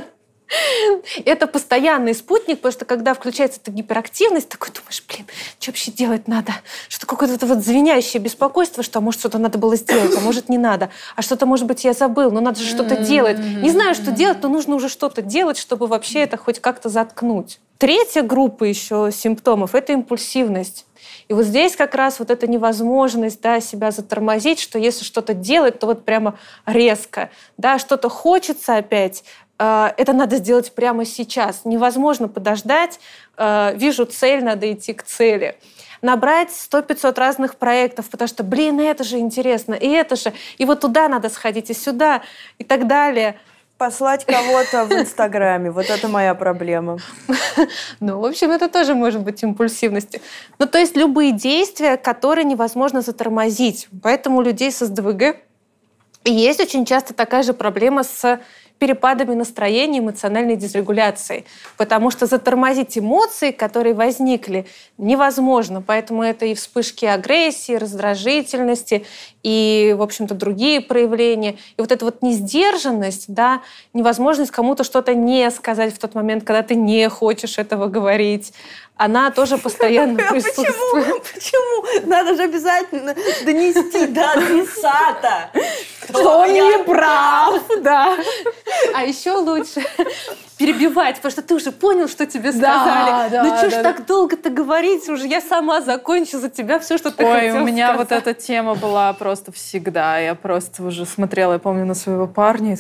Speaker 4: это постоянный спутник, потому что когда включается эта гиперактивность, такой думаешь, блин, что вообще делать надо? Что какое-то вот звенящее беспокойство, что, а может, что-то надо было сделать, а может, не надо. А что-то, может быть, я забыл, но надо же что-то делать. Не знаю, что делать, но нужно уже что-то делать, чтобы вообще это хоть как-то заткнуть. Третья группа еще симптомов – это импульсивность. И вот здесь как раз вот эта невозможность, да, себя затормозить, что если что-то делать, то вот прямо резко. Да, что-то хочется опять, это надо сделать прямо сейчас. Невозможно подождать. Вижу цель, надо идти к цели. Набрать сто-пятьсот разных проектов, потому что, блин, это же интересно, и это же, и вот туда надо сходить, и сюда, и так далее.
Speaker 1: Послать кого-то в Инстаграме. Вот это моя проблема.
Speaker 4: Ну, в общем, это тоже может быть импульсивностью. Ну, то есть любые действия, которые невозможно затормозить. Поэтому у людей с СДВГ есть очень часто такая же проблема с перепадами настроения, эмоциональной дисрегуляцией. Потому что затормозить эмоции, которые возникли, невозможно. Поэтому это и вспышки агрессии, раздражительности, и, в общем-то, другие проявления. И вот эта вот несдержанность, да, невозможность кому-то что-то не сказать в тот момент, когда ты не хочешь этого говорить, она тоже постоянно присутствует.
Speaker 1: Почему? Почему? Надо же обязательно донести до адресата,
Speaker 4: что он не прав, да. А еще лучше перебивать, потому что ты уже понял, что тебе сказали. Да, да, ну что ж да, так да. долго-то говорить уже? Я сама закончу за тебя все, что ты
Speaker 2: Ой,
Speaker 4: хотел
Speaker 2: у меня
Speaker 4: сказать.
Speaker 2: Вот эта тема была просто всегда. Я просто уже смотрела, я помню, на своего парня.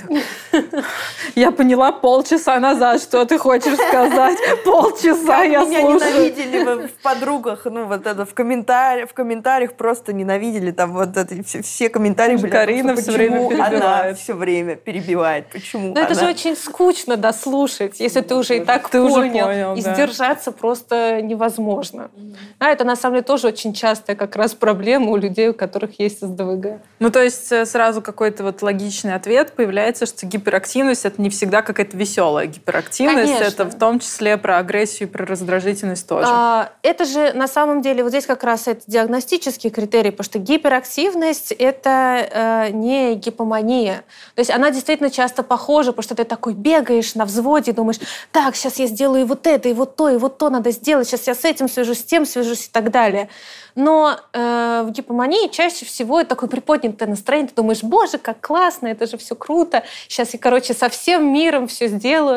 Speaker 2: Я поняла полчаса назад, что ты хочешь сказать. Полчаса я слушаю.
Speaker 1: Меня ненавидели в подругах, ну вот это в комментариях, в комментариях просто ненавидели там вот это все комментарии были.
Speaker 2: Карина все время перебивает.
Speaker 1: Она все время перебивает. Почему?
Speaker 4: Ну это же очень скучно дослушать. Если ты уже и так ты понял, уже понял, и да. сдержаться просто невозможно. А это, на самом деле, тоже очень частая как раз проблема у людей, у которых есть СДВГ.
Speaker 2: Ну, то есть сразу какой-то вот логичный ответ появляется, что гиперактивность — это не всегда какая-то веселая гиперактивность. Конечно. Это в том числе про агрессию и про раздражительность тоже.
Speaker 4: А, это же, на самом деле, вот здесь как раз это диагностический критерий, потому что гиперактивность — это э, не гипомания. То есть она действительно часто похожа, потому что ты такой бегаешь на взводе, и думаешь, так, сейчас я сделаю и вот это, и вот то, и вот то надо сделать, сейчас я с этим свяжусь, с тем свяжусь и так далее. Но э, в гипомании чаще всего это такое приподнятое настроение, ты думаешь, боже, как классно, это же все круто, сейчас я, короче, со всем миром все сделаю.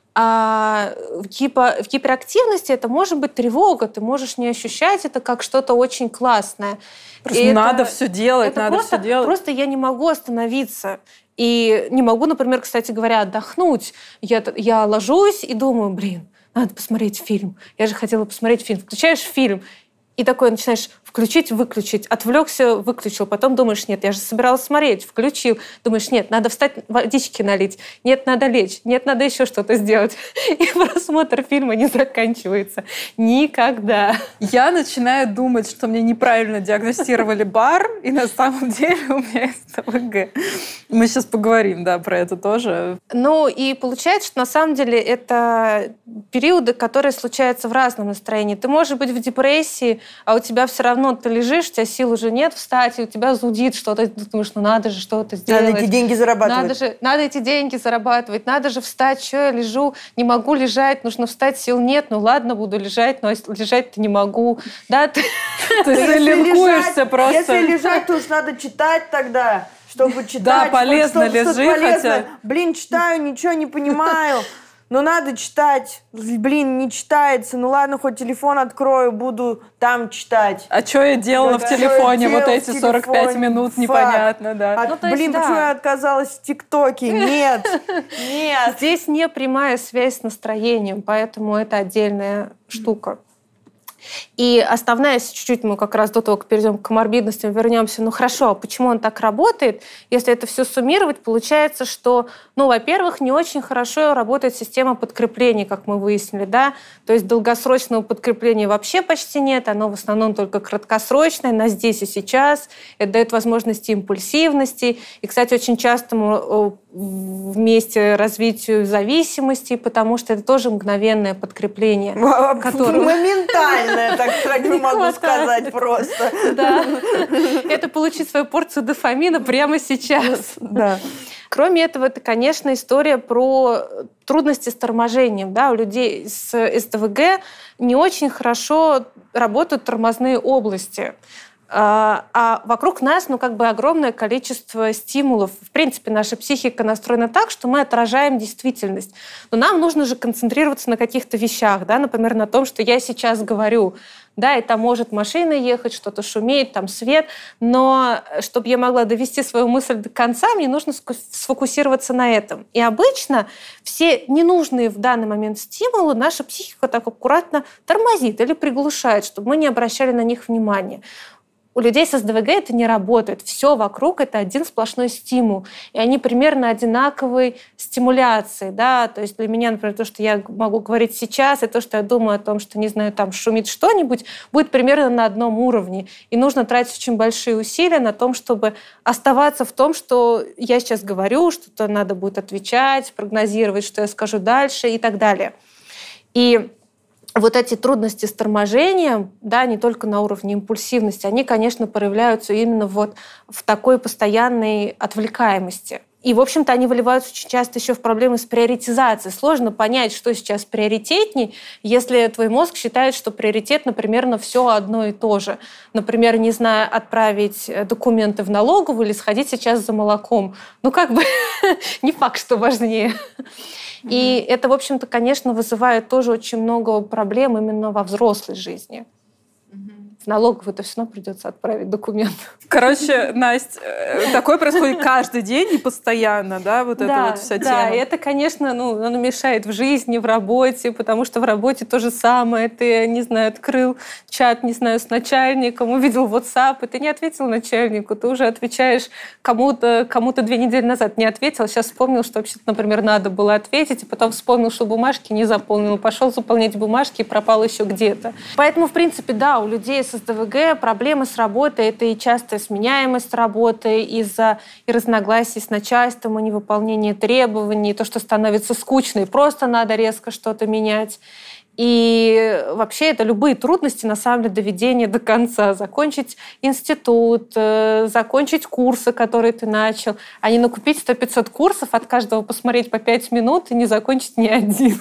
Speaker 4: А в, гипо, в гиперактивности это может быть тревога, ты можешь не ощущать это как что-то очень классное.
Speaker 2: Просто и надо это, все делать, это надо
Speaker 4: просто,
Speaker 2: все делать.
Speaker 4: Просто я не могу остановиться. И не могу, например, кстати говоря, отдохнуть. Я, я ложусь и думаю, блин, надо посмотреть фильм. Я же хотела посмотреть фильм. Включаешь фильм, и такой начинаешь включить, выключить. Отвлекся, выключил. Потом думаешь, нет, я же собиралась смотреть. Включил. Думаешь, нет, надо встать, водички налить. Нет, надо лечь. Нет, надо еще что-то сделать. И просмотр фильма не заканчивается. Никогда.
Speaker 2: Я начинаю думать, что мне неправильно диагностировали бар, и на самом деле у меня СДВГ. Мы сейчас поговорим, да, про это тоже.
Speaker 4: Ну, и получается, что на самом деле это периоды, которые случаются в разном настроении. Ты можешь быть в депрессии, а у тебя все равно ты лежишь, у тебя сил уже нет встать, и у тебя зудит что-то, ты думаешь, ну надо же что-то сделать.
Speaker 1: Надо эти деньги зарабатывать.
Speaker 4: Надо же, надо эти деньги зарабатывать, надо же встать, что я лежу, не могу лежать, нужно встать, сил нет, ну ладно, буду лежать, но лежать-то не могу. Да, ты
Speaker 2: линкуешься просто.
Speaker 1: Если лежать, то уж надо читать тогда, чтобы читать.
Speaker 2: Да, полезно лежи хотя.
Speaker 1: Блин, читаю, ничего не понимаю. ну надо читать. Блин, не читается. Ну ладно, хоть телефон открою, буду там читать.
Speaker 2: А что я делала да, в телефоне вот эти сорок пять минут, Фак. непонятно, да.
Speaker 1: А, ну, блин, есть, почему да. я отказалась в ТикТоке? Нет, нет.
Speaker 4: Здесь не прямая связь с настроением, поэтому это отдельная штука. И основная, чуть-чуть мы как раз до того, как перейдем к коморбидностям, вернемся, ну хорошо, а почему он так работает? Если это все суммировать, получается, что, ну, во-первых, не очень хорошо работает система подкрепления, как мы выяснили, да, то есть долгосрочного подкрепления вообще почти нет, оно в основном только краткосрочное, на здесь и сейчас, это дает возможности импульсивности, и, кстати, очень часто вместе развитию зависимости, потому что это тоже мгновенное подкрепление.
Speaker 1: Которого... Моментальное, так, так не могу хватает. сказать просто.
Speaker 4: Да. Это получить свою порцию дофамина прямо сейчас.
Speaker 1: Да.
Speaker 4: Кроме этого, это, конечно, история про трудности с торможением. Да? У людей с СДВГ не очень хорошо работают тормозные области. А вокруг нас, ну, как бы огромное количество стимулов. В принципе, наша психика настроена так, что мы отражаем действительность. Но нам нужно же концентрироваться на каких-то вещах, да, например, на том, что я сейчас говорю. Да, и там может машина ехать, что-то шуметь, там свет. Но чтобы я могла довести свою мысль до конца, мне нужно сфокусироваться на этом. И обычно все ненужные в данный момент стимулы наша психика так аккуратно тормозит или приглушает, чтобы мы не обращали на них внимания. У людей с СДВГ это не работает. Все вокруг — это один сплошной стимул. И они примерно одинаковой стимуляции. Да? То есть для меня, например, то, что я могу говорить сейчас, и то, что я думаю о том, что, не знаю, там шумит что-нибудь, будет примерно на одном уровне. И нужно тратить очень большие усилия на том, чтобы оставаться в том, что я сейчас говорю, что-то надо будет отвечать, прогнозировать, что я скажу дальше и так далее. И вот эти трудности с торможением, да, не только на уровне импульсивности, они, конечно, проявляются именно вот в такой постоянной отвлекаемости. И, в общем-то, они выливаются очень часто еще в проблемы с приоритизацией. Сложно понять, что сейчас приоритетней, если твой мозг считает, что приоритетно примерно все одно и то же. Например, не знаю, отправить документы в налоговую или сходить сейчас за молоком. Ну, как бы не факт, что важнее. И это, в общем-то, конечно, вызывает тоже очень много проблем именно во взрослой жизни. В налоговую это все равно придется отправить документ.
Speaker 2: Короче, Настя, такое происходит каждый день и постоянно, да, вот эта
Speaker 4: да,
Speaker 2: вот вся
Speaker 4: да,
Speaker 2: тема.
Speaker 4: Да, и это, конечно, ну, оно мешает в жизни, в работе, потому что в работе то же самое. Ты, не знаю, открыл чат, не знаю, с начальником, увидел WhatsApp, и ты не ответил начальнику, ты уже отвечаешь кому-то, кому-то две недели назад не ответил, сейчас вспомнил, что вообще-то, например, надо было ответить, и потом вспомнил, что бумажки не заполнил, пошел заполнять бумажки и пропал еще где-то. Поэтому, в принципе, да, у людей с СДВГ проблемы с работой, это и частая сменяемость работы из-за и разногласий с начальством, и невыполнение требований, то, что становится скучно, и просто надо резко что-то менять. И вообще это любые трудности, на самом деле, доведения до конца. Закончить институт, закончить курсы, которые ты начал, а не накупить сто пятьсот курсов, от каждого посмотреть по пять минут и не закончить ни один.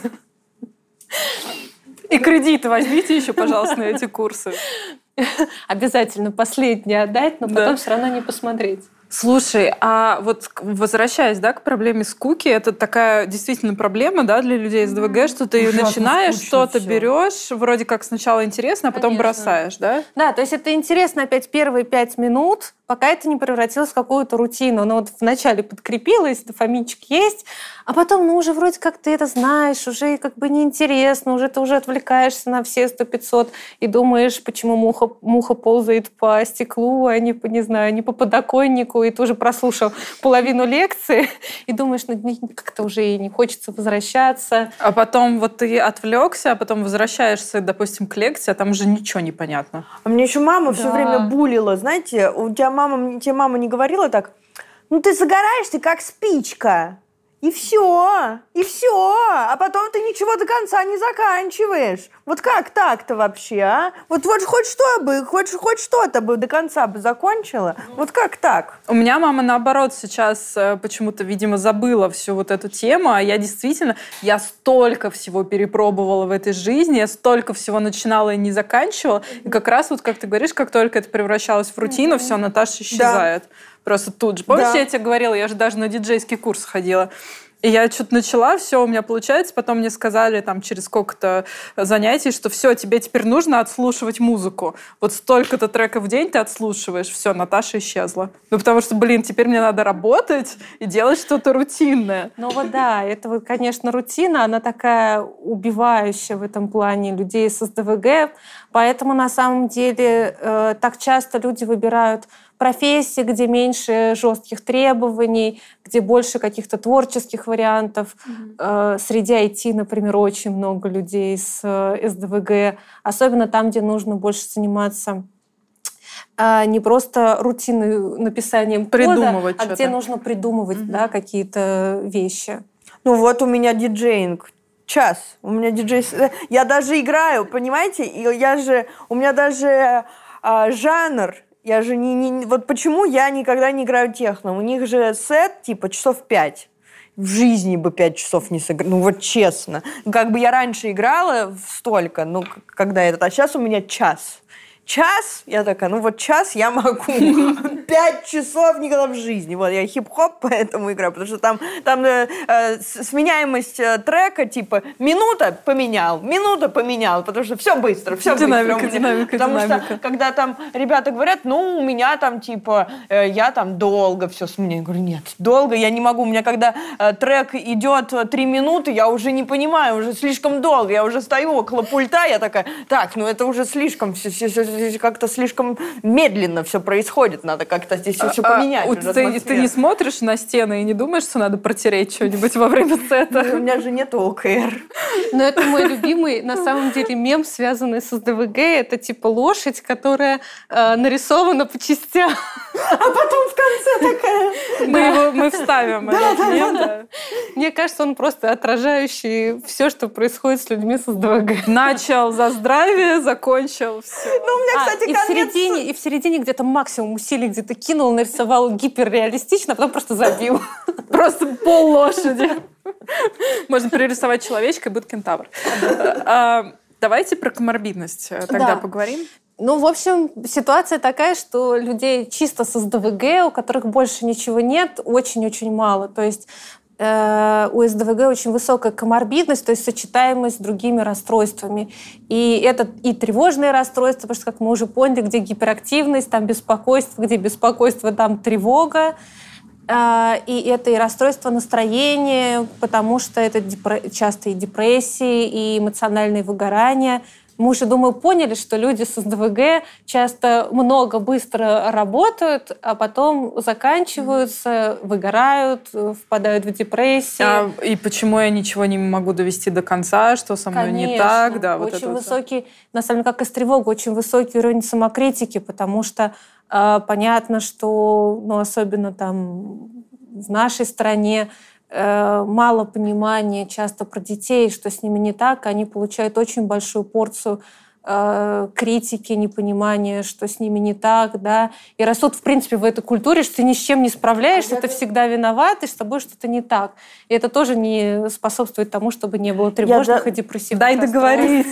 Speaker 2: И кредиты возьмите еще, пожалуйста, на эти курсы.
Speaker 4: Обязательно последнее отдать, но потом да. все равно не посмотреть.
Speaker 2: Слушай, а вот возвращаясь, да, к проблеме скуки, это такая действительно проблема, да, для людей с ДВГ, что ты ужасно начинаешь, что-то все. берешь, вроде как сначала интересно, а потом Конечно. бросаешь, да?
Speaker 4: Да, то есть это интересно опять первые пять минут, пока это не превратилось в какую-то рутину. Но вот вначале подкрепилось, дофаминчик есть, а потом, ну, уже вроде как ты это знаешь, уже как бы неинтересно, уже ты уже отвлекаешься на все сто пятьсот и думаешь, почему муха, муха ползает по стеклу, а не, по, не знаю, не по подоконнику, и ты уже прослушал половину лекции, и думаешь, ну, как-то уже и не хочется возвращаться.
Speaker 2: А потом вот ты отвлекся, а потом возвращаешься, допустим, к лекции, а там уже ничего не понятно.
Speaker 1: А мне еще мама
Speaker 4: да.
Speaker 1: все время булила, знаете, у тебя мама, тебе мама не говорила так, ну ты загораешься как спичка. И все, и все, а потом ты ничего до конца не заканчиваешь. Вот как так-то вообще, а? Вот, вот хоть что бы, хоть, хоть что-то бы до конца бы закончила. Вот как так?
Speaker 2: У меня мама, наоборот, сейчас почему-то, видимо, забыла всю вот эту тему, а я действительно, я столько всего перепробовала в этой жизни, я столько всего начинала и не заканчивала. И как раз вот, как ты говоришь, как только это превращалось в рутину, все, Наташа исчезает. Да. Просто тут же. Помнишь, да. я тебе говорила, я же даже на диджейский курс ходила. И я что-то начала, все у меня получается, потом мне сказали там через сколько-то занятий, что все, тебе теперь нужно отслушивать музыку. Вот столько-то треков в день ты отслушиваешь, все, Наташа исчезла. Ну, потому что, блин, теперь мне надо работать и делать что-то рутинное.
Speaker 4: Ну вот да, это вот, конечно, рутина, она такая убивающая в этом плане людей с СДВГ, поэтому на самом деле э, так часто люди выбирают профессии, где меньше жестких требований, где больше каких-то творческих вариантов. Mm-hmm. Среди ай ти, например, очень много людей с СДВГ, особенно там, где нужно больше заниматься не просто рутинным написанием кода, а где нужно придумывать mm-hmm. да, какие-то вещи.
Speaker 1: Ну вот у меня диджеинг. Час. У меня диджей... Я даже играю, понимаете? Я же... У меня даже а, жанр... Я же не, не... Вот почему я никогда не играю техно? У них же сет типа часов пять. В жизни бы пять часов не сыграла. Ну вот честно. Как бы я раньше играла столько, ну когда это... А сейчас у меня час. Час, я такая, ну вот час я могу. Пять часов никогда в жизни. Вот я хип-хоп поэтому играю, потому что там, там э, э, сменяемость э, трека, типа, минута поменял, минута поменял, потому что все быстро, все
Speaker 2: динамика,
Speaker 1: быстро.
Speaker 2: Динамика,
Speaker 1: потому
Speaker 2: динамика.
Speaker 1: что, когда там ребята говорят, ну, у меня там, типа, э, я там долго все сменяю. Я говорю, нет, долго я не могу. У меня, когда э, трек идет три минуты, я уже не понимаю, уже слишком долго. Я уже стою около пульта, я такая, так, ну это уже слишком все, все, все здесь как-то слишком медленно все происходит, надо как-то здесь все, все поменять.
Speaker 2: А, а, ты, ты не смотришь на стены и не думаешь, что надо протереть что-нибудь во время сета?
Speaker 1: У меня же нет ОКР.
Speaker 4: Но это мой любимый, на самом деле, мем, связанный с СДВГ. Это типа лошадь, которая э, нарисована по частям.
Speaker 1: А потом в конце такая...
Speaker 2: Мы его мы вставим.
Speaker 1: Да, да,
Speaker 2: мем,
Speaker 1: да,
Speaker 2: да.
Speaker 4: Мне кажется, он просто отражающий все, что происходит с людьми с СДВГ.
Speaker 2: Начал за здравие, закончил все.
Speaker 1: Ну, у меня, кстати,
Speaker 4: а, и,
Speaker 1: конец...
Speaker 4: в середине, и в середине где-то максимум усилий где-то кинул, нарисовал гиперреалистично, а потом просто забил.
Speaker 2: Просто пол лошади. Можно пририсовать человечка, и будет кентавр. Давайте про коморбидность тогда поговорим.
Speaker 4: Ну, в общем, ситуация такая, что людей чисто с СДВГ, у которых больше ничего нет, очень-очень мало. То есть э, у СДВГ очень высокая коморбидность, то есть сочетаемость с другими расстройствами. И это и тревожные расстройства, потому что, как мы уже поняли, где гиперактивность, там беспокойство, где беспокойство, там тревога. Э, и это и расстройство настроения, потому что это депр... часто и депрессии, и эмоциональные выгорания. Мы уже, думаю, поняли, что люди с СДВГ часто много, быстро работают, а потом заканчиваются, выгорают, впадают в депрессию.
Speaker 2: А, и почему я ничего не могу довести до конца, что со мной
Speaker 4: Конечно.
Speaker 2: не так? Да,
Speaker 4: очень
Speaker 2: вот это
Speaker 4: высокий,
Speaker 2: вот.
Speaker 4: на самом деле, как и с тревогой, очень высокий уровень самокритики, потому что э, понятно, что, ну, особенно там в нашей стране, мало понимания часто про детей, что с ними не так, они получают очень большую порцию э, критики, непонимания, что с ними не так, да, и растут, в принципе, в этой культуре, что ты ни с чем не справляешься, а ты это... всегда виноват, и с тобой что-то не так. И это тоже не способствует тому, чтобы не было тревожных Я и депрессивных
Speaker 2: Дай договорить.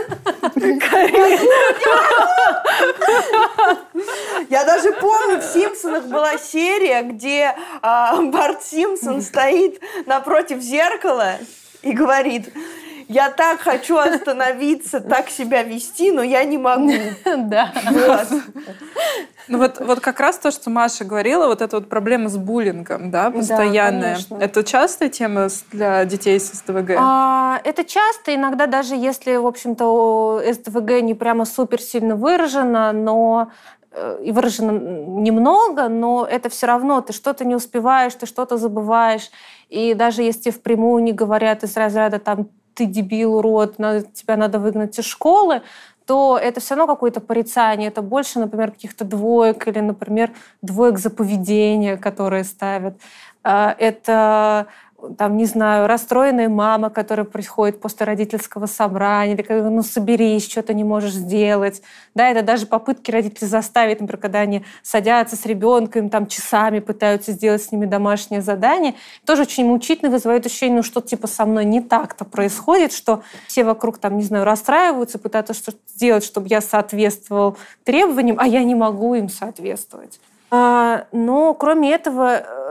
Speaker 1: Я даже помню, в «Симпсонах» была серия, где а, Барт Симпсон стоит напротив зеркала и говорит: я так хочу остановиться, так себя вести, но я не могу.
Speaker 4: Да.
Speaker 2: Ну вот, вот как раз то, что Маша говорила, вот эта вот проблема с буллингом, да, постоянная.
Speaker 4: Да,
Speaker 2: это частая тема для детей с СДВГ?
Speaker 4: А, это часто, иногда даже если, в общем-то, СДВГ не прямо супер сильно выражено, но и выражено немного, но это все равно, ты что-то не успеваешь, ты что-то забываешь. И даже если впрямую не говорят из разряда там «ты дебил, урод, надо, тебя надо выгнать из школы», то это все равно какое-то порицание. Это больше, например, каких-то двоек или, например, двоек за поведение, которые ставят. Это, там, не знаю, расстроенная мама, которая приходит после родительского собрания, или как, ну, соберись, что ты не можешь сделать. Да, это даже попытки родителей заставить, например, когда они садятся с ребенком, там часами пытаются сделать с ними домашнее задание. Тоже очень мучительно, вызывает ощущение, ну, что типа со мной не так-то происходит, что все вокруг, там, не знаю, расстраиваются, пытаются что-то сделать, чтобы я соответствовал требованиям, а я не могу им соответствовать. Но, кроме этого,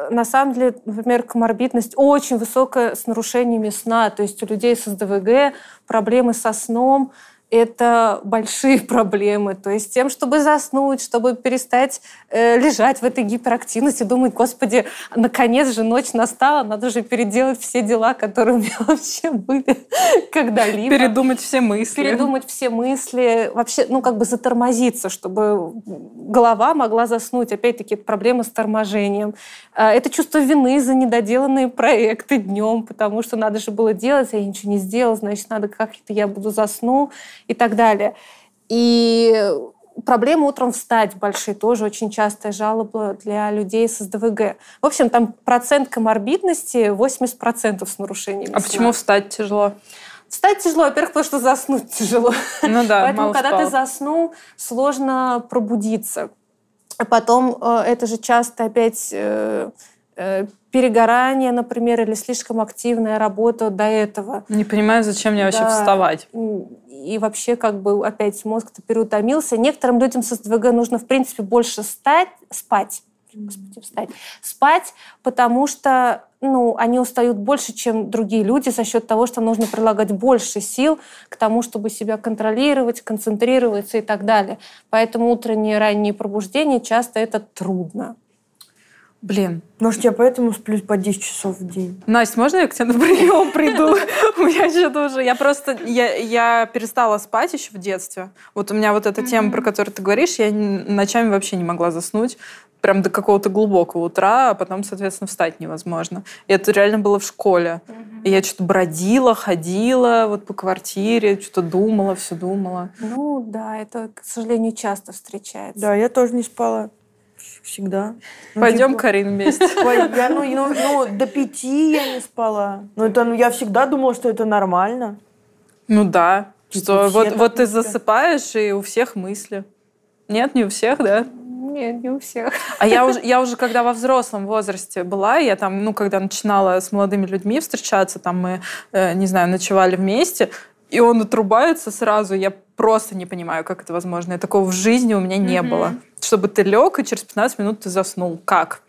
Speaker 4: на самом деле, например, коморбидность очень высокая с нарушениями сна. То есть у людей с СДВГ проблемы со сном – это большие проблемы. То есть тем, чтобы заснуть, чтобы перестать э, лежать в этой гиперактивности, думать, господи, наконец же ночь настала, надо же переделать все дела, которые у меня вообще были когда-либо.
Speaker 2: Передумать все мысли.
Speaker 4: Передумать все мысли. Вообще, ну, как бы затормозиться, чтобы голова могла заснуть. Опять-таки, это проблема с торможением. Это чувство вины за недоделанные проекты днем, потому что надо же было делать, а я ничего не сделала, значит, надо как-то я буду засну и так далее. И проблемы утром встать большие, тоже очень частая жалоба для людей с СДВГ. В общем, там процент коморбидности восемьдесят процентов с нарушениями сна.
Speaker 2: А почему встать тяжело?
Speaker 4: Встать тяжело, во-первых, потому что заснуть тяжело.
Speaker 2: Ну да,
Speaker 4: Поэтому,
Speaker 2: мало
Speaker 4: когда
Speaker 2: спал.
Speaker 4: ты заснул, сложно пробудиться. А потом э, это же часто опять э, э, перегорание, например, или слишком активная работа до этого.
Speaker 2: Не понимаю, зачем мне вообще
Speaker 4: Да.
Speaker 2: вставать.
Speaker 4: И вообще как бы опять мозг-то переутомился. Некоторым людям с СДВГ нужно, в принципе, больше стать, спать. Господи, встать. Спать, потому что ну, они устают больше, чем другие люди, за счет того, что нужно прилагать больше сил к тому, чтобы себя контролировать, концентрироваться и так далее. Поэтому утренние ранние пробуждения часто это трудно.
Speaker 2: Блин.
Speaker 1: Может, я поэтому сплю по десять часов в день?
Speaker 2: Настя, можно я к тебе на прием приду? У меня что-то уже... Я просто... Я, я перестала спать еще в детстве. Вот у меня вот эта тема, про которую ты говоришь, я ночами вообще не могла заснуть. Прям до какого-то глубокого утра, а потом, соответственно, встать невозможно. И это реально было в школе. И я что-то бродила, ходила вот по квартире, что-то думала, все думала.
Speaker 4: Ну да, это, к сожалению, часто встречается.
Speaker 1: Да, я тоже не спала. Всегда. Ну,
Speaker 2: Пойдем,
Speaker 1: типа,
Speaker 2: Карин, вместе.
Speaker 1: ой, я, ну, ну, ну, до пяти я не спала. Ну, это, ну, я всегда думала, что это нормально.
Speaker 2: Ну да.
Speaker 1: Типа
Speaker 2: Что
Speaker 1: все
Speaker 2: вот,
Speaker 1: так
Speaker 2: вот ты
Speaker 1: мыслят.
Speaker 2: засыпаешь, и у всех мысли. Нет, не у всех, да?
Speaker 4: Нет, не у всех.
Speaker 2: А я уже, я уже когда во взрослом возрасте была, я там, ну, когда начинала с молодыми людьми встречаться, там мы, э, не знаю, ночевали вместе, и он отрубается сразу, я просто не понимаю, как это возможно. И такого в жизни у меня не mm-hmm. было. Чтобы ты лег, и через пятнадцать минут ты заснул. Как?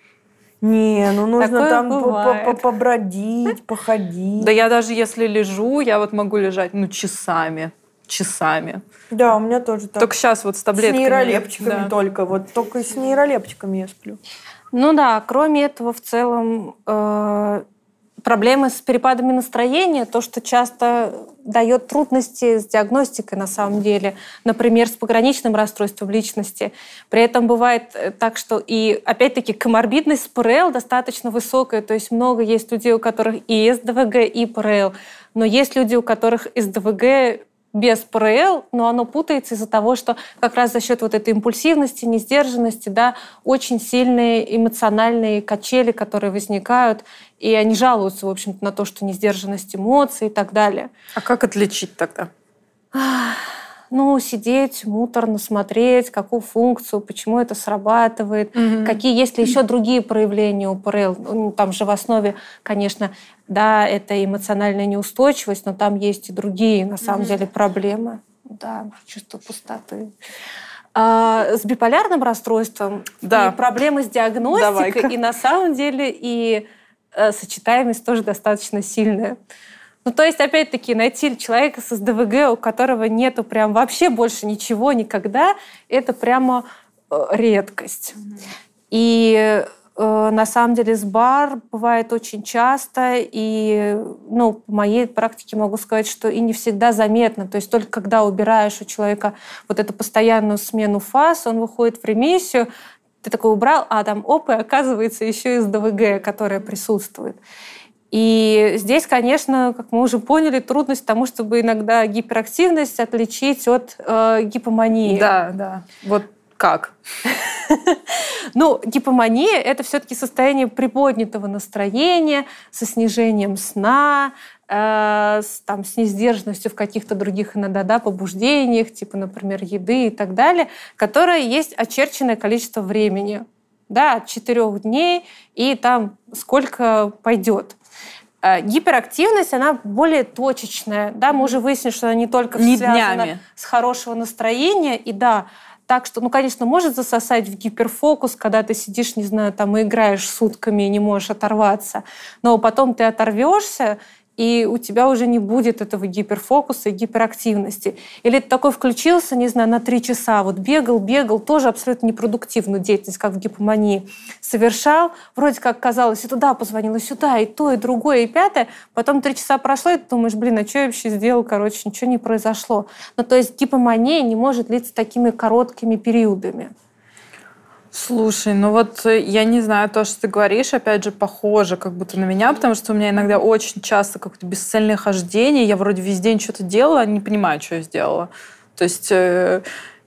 Speaker 1: Не, ну нужно
Speaker 4: Такое
Speaker 1: там
Speaker 4: бывает.
Speaker 1: по- по- побродить, походить.
Speaker 2: Да я даже если лежу, я вот могу лежать, ну, часами. Часами.
Speaker 1: Да, у меня тоже так.
Speaker 2: Только сейчас вот с
Speaker 1: С
Speaker 2: таблетками.
Speaker 1: нейролептиками
Speaker 2: Да.
Speaker 1: только. Вот только с нейролептиками я сплю.
Speaker 4: Ну да, кроме этого, в целом, э, проблемы с перепадами настроения, то, что часто дает трудности с диагностикой на самом деле, например, с пограничным расстройством личности. При этом бывает так, что и, опять-таки, коморбидность с ПРЛ достаточно высокая, то есть много есть людей, у которых и СДВГ, и ПРЛ, но есть люди, у которых СДВГ без ПРЛ, но оно путается из-за того, что как раз за счет вот этой импульсивности, несдержанности, да, очень сильные эмоциональные качели, которые возникают, и они жалуются, в общем-то, на то, что несдержанность эмоций и так далее.
Speaker 2: А как отличить тогда?
Speaker 4: Ну, сидеть, муторно смотреть, какую функцию, почему это срабатывает,
Speaker 2: Мгм.
Speaker 4: какие есть ли еще другие проявления у ПРЛ. Ну, там же в основе, конечно, да, это эмоциональная неустойчивость, но там есть и другие, на самом деле, проблемы. Да, чувство пустоты. А с биполярным расстройством
Speaker 2: Да.
Speaker 4: и проблемы с диагностикой,
Speaker 2: Давай-ка.
Speaker 4: и на самом деле и э, сочетаемость тоже достаточно сильная. Ну, то есть, опять-таки, найти человека с СДВГ, у которого нету прям вообще больше ничего никогда, это прямо э, редкость. И э, на самом деле СБАР бывает очень часто, и ну, по моей практике могу сказать, что и не всегда заметно. То есть только когда убираешь у человека вот эту постоянную смену фаз, он выходит в ремиссию, ты такой убрал, а там оп, и оказывается еще и СДВГ, которая присутствует. И здесь, конечно, как мы уже поняли, трудность в том, чтобы иногда гиперактивность отличить от э, гипомании.
Speaker 2: Да, да. Вот как?
Speaker 4: Ну, гипомания – это все-таки состояние приподнятого настроения со снижением сна, э, с, там, с несдержанностью в каких-то других иногда да, побуждениях, типа, например, еды и так далее, которое есть очерченное количество времени, да, от четырех дней и там сколько пойдет. Гиперактивность, она более точечная. Да? Мы уже выяснили, что она не только
Speaker 2: Не
Speaker 4: связана
Speaker 2: днями.
Speaker 4: с хорошего настроения. И да, так, что, ну, конечно, может засосать в гиперфокус, когда ты сидишь, не знаю, там, и играешь сутками и не можешь оторваться, но потом ты оторвешься, и у тебя уже не будет этого гиперфокуса и гиперактивности. Или ты такой включился, не знаю, на три часа, вот бегал, бегал, тоже абсолютно непродуктивную деятельность, как в гипомании, совершал, вроде как казалось, и туда позвонил, и сюда, и то, и другое, и пятое, потом три часа прошло, и ты думаешь, блин, а что я вообще сделал, короче, ничего не произошло. Ну, то есть гипомания не может длиться такими короткими периодами.
Speaker 2: Слушай, ну вот я не знаю, то, что ты говоришь, опять же, похоже как будто на меня, потому что у меня иногда очень часто какое-то бесцельное хождение, я вроде весь день что-то делала, а не понимаю, что я сделала. То есть э,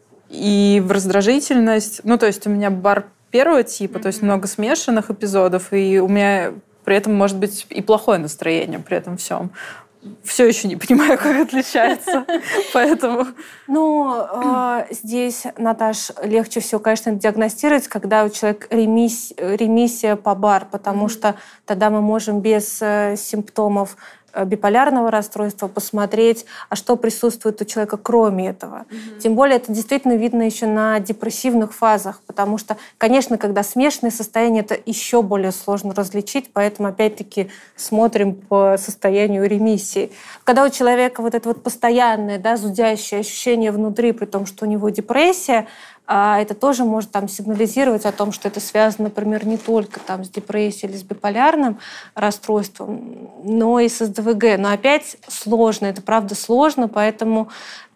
Speaker 2: и в раздражительность, ну то есть у меня бар первого типа, mm-hmm. то есть много смешанных эпизодов, и у меня при этом может быть и плохое настроение при этом всем. Все еще не понимаю, как отличается, поэтому...
Speaker 4: Ну, э, здесь, Наташ, легче всего, конечно, диагностировать, когда у человека ремиссия, ремиссия по бар, потому mm-hmm. что тогда мы можем без э, симптомов биполярного расстройства посмотреть, а что присутствует у человека кроме этого. Mm-hmm. Тем более это действительно видно еще на депрессивных фазах, потому что, конечно, когда смешанные состояния, это еще более сложно различить, поэтому опять-таки смотрим по состоянию ремиссии. Когда у человека вот это вот постоянное, да, зудящее ощущение внутри, при том, что у него депрессия, это тоже может там сигнализировать о том, что это связано, например, не только там с депрессией или с биполярным расстройством, но и с эс дэ вэ гэ. Но опять сложно, это правда сложно, поэтому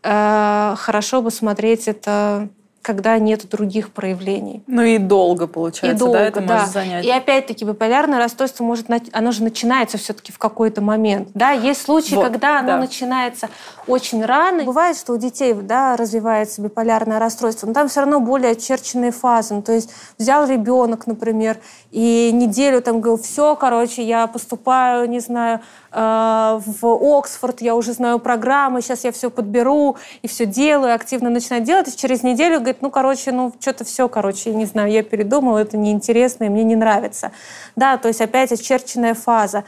Speaker 4: э, хорошо бы смотреть это, когда нет других проявлений.
Speaker 2: Ну и долго, получается,
Speaker 4: и долго,
Speaker 2: да, это
Speaker 4: да.
Speaker 2: может занять.
Speaker 4: И опять-таки биполярное расстройство может, оно же начинается все-таки в какой-то момент. Да, есть случаи, вот, когда оно да. начинается очень рано. Бывает, что у детей, да, развивается биполярное расстройство, но там все равно более очерченные фазы. Ну, то есть взял ребенок, например, и неделю там говорил, все, короче, я поступаю, не знаю, в Оксфорд, я уже знаю программы, сейчас я все подберу и все делаю, активно начинаю делать, и через неделю говорит, ну, короче, ну, что-то все, короче, я не знаю, я передумала, это неинтересно и мне не нравится. Да, то есть опять очерченная фаза.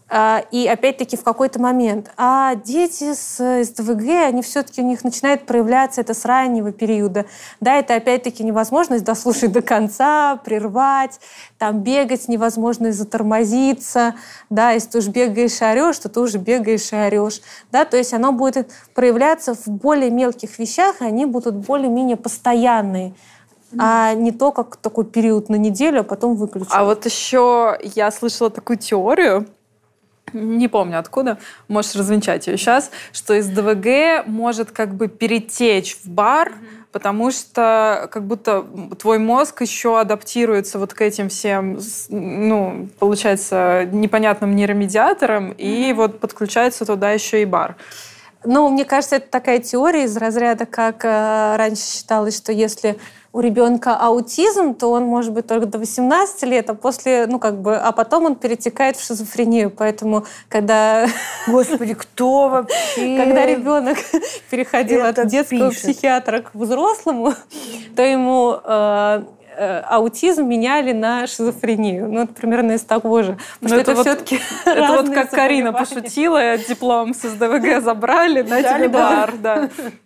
Speaker 4: И опять-таки в какой-то момент. А дети с эс дэ вэ гэ, они все-таки у них начинает проявляться это с раннего периода. Да, это опять-таки невозможность дослушать до конца, прервать, там бегать, невозможность затормозиться. Да, если ты уж бегаешь и орешь, то ты уже бегаешь и орешь. Да, то есть оно будет проявляться в более мелких вещах, и они будут более-менее постоянные. А не то, как такой период на неделю, а потом выключить.
Speaker 2: А вот еще я слышала такую теорию, не помню откуда, можешь развенчать ее сейчас, что эс дэ вэ гэ может как бы перетечь в бар, mm-hmm. потому что как будто твой мозг еще адаптируется вот к этим всем, ну, получается, непонятным нейромедиаторам, mm-hmm. и вот подключается туда еще и бар.
Speaker 4: Ну, мне кажется, это такая теория из разряда, как э, раньше считалось, что если у ребенка аутизм, то он может быть только до восемнадцати лет, а после, ну как бы, а потом он перетекает в шизофрению. Поэтому, когда...
Speaker 1: Господи, кто вообще?
Speaker 4: Когда ребенок переходил от детского психиатра к взрослому, то ему э, э, аутизм меняли на шизофрению. Ну, это примерно из того же.
Speaker 2: Потому что это, это все-таки это вот как Карина пошутила, диплом с эс дэ вэ гэ забрали, на тебе бар, да.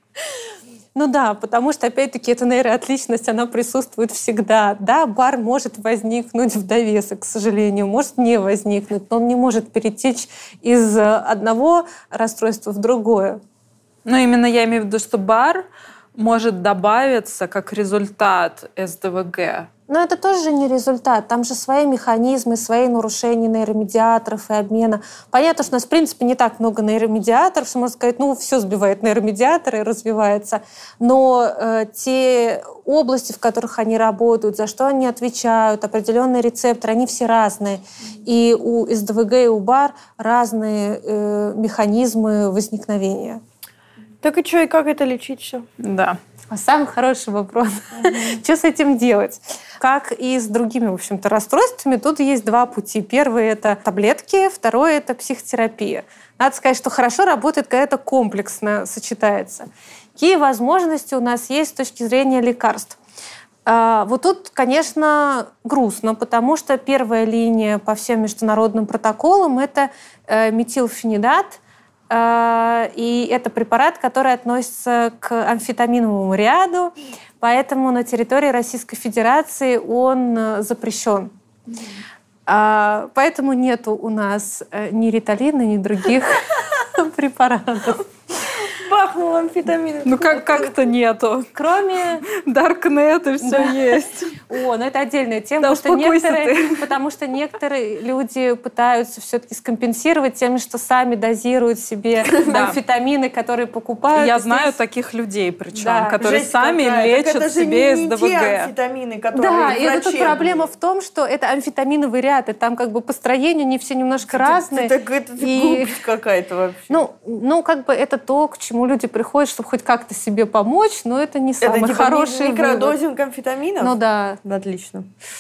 Speaker 4: Ну да, потому что, опять-таки, эта нейроотличность, она присутствует всегда. Да, бар может возникнуть в довесок, к сожалению, может не возникнуть, но он не может перетечь из одного расстройства в другое.
Speaker 2: Ну, именно я имею в виду, что бар может добавиться как результат эс дэ вэ гэ.
Speaker 4: Но это тоже не результат. Там же свои механизмы, свои нарушения нейромедиаторов и обмена. Понятно, что у нас, в принципе, не так много нейромедиаторов, что можно сказать, ну, все сбивает нейромедиаторы и развивается. Но э, те области, в которых они работают, за что они отвечают, определенные рецепторы, они все разные. И у эс дэ вэ гэ и у бар разные э, механизмы возникновения.
Speaker 1: Так и что, и как это лечить все?
Speaker 2: Да.
Speaker 4: А самый хороший вопрос. Mm-hmm. Что с этим делать? Как и с другими, в общем-то, расстройствами, тут есть два пути. Первый – это таблетки, второй – это психотерапия. Надо сказать, что хорошо работает, когда это комплексно сочетается. Какие возможности у нас есть с точки зрения лекарств? А, вот тут, конечно, грустно, потому что первая линия по всем международным протоколам – это метилфенидат, И это препарат, который относится к амфетаминовому ряду, поэтому на территории Российской Федерации он запрещен. Поэтому нету у нас ни риталина, ни других препаратов.
Speaker 1: Пахнуло амфетамином.
Speaker 2: Ну как- как-то нету.
Speaker 4: Кроме...
Speaker 2: Даркнет и все
Speaker 4: Да.
Speaker 2: есть.
Speaker 4: О, ну это отдельная тема,
Speaker 2: Да,
Speaker 4: потому, что
Speaker 2: успокойся
Speaker 4: некоторые, потому что некоторые люди пытаются все-таки скомпенсировать тем, что сами дозируют себе
Speaker 2: Да.
Speaker 4: амфетамины, которые покупают.
Speaker 2: Я
Speaker 4: И
Speaker 2: знаю
Speaker 4: здесь-
Speaker 2: таких людей, причем,
Speaker 4: Да.
Speaker 2: которые
Speaker 1: Жесть
Speaker 2: сами
Speaker 1: какая. Так
Speaker 2: лечат
Speaker 1: это же
Speaker 2: себе
Speaker 1: не, не те
Speaker 2: СДВГ.
Speaker 1: амфетамины, которые
Speaker 4: Да, и вот тут
Speaker 1: врачебные.
Speaker 4: проблема в том, что это амфетаминовый ряд, и там как бы по строению они все немножко разные.
Speaker 1: Так это
Speaker 4: И-
Speaker 1: глупость какая-то вообще.
Speaker 4: Ну, ну, как бы это то, к чему люди приходят, чтобы хоть как-то себе помочь, но это не самый
Speaker 1: это типа
Speaker 4: хороший вывод.
Speaker 1: микродозинг амфетаминов?
Speaker 4: Ну да.
Speaker 1: Отлично.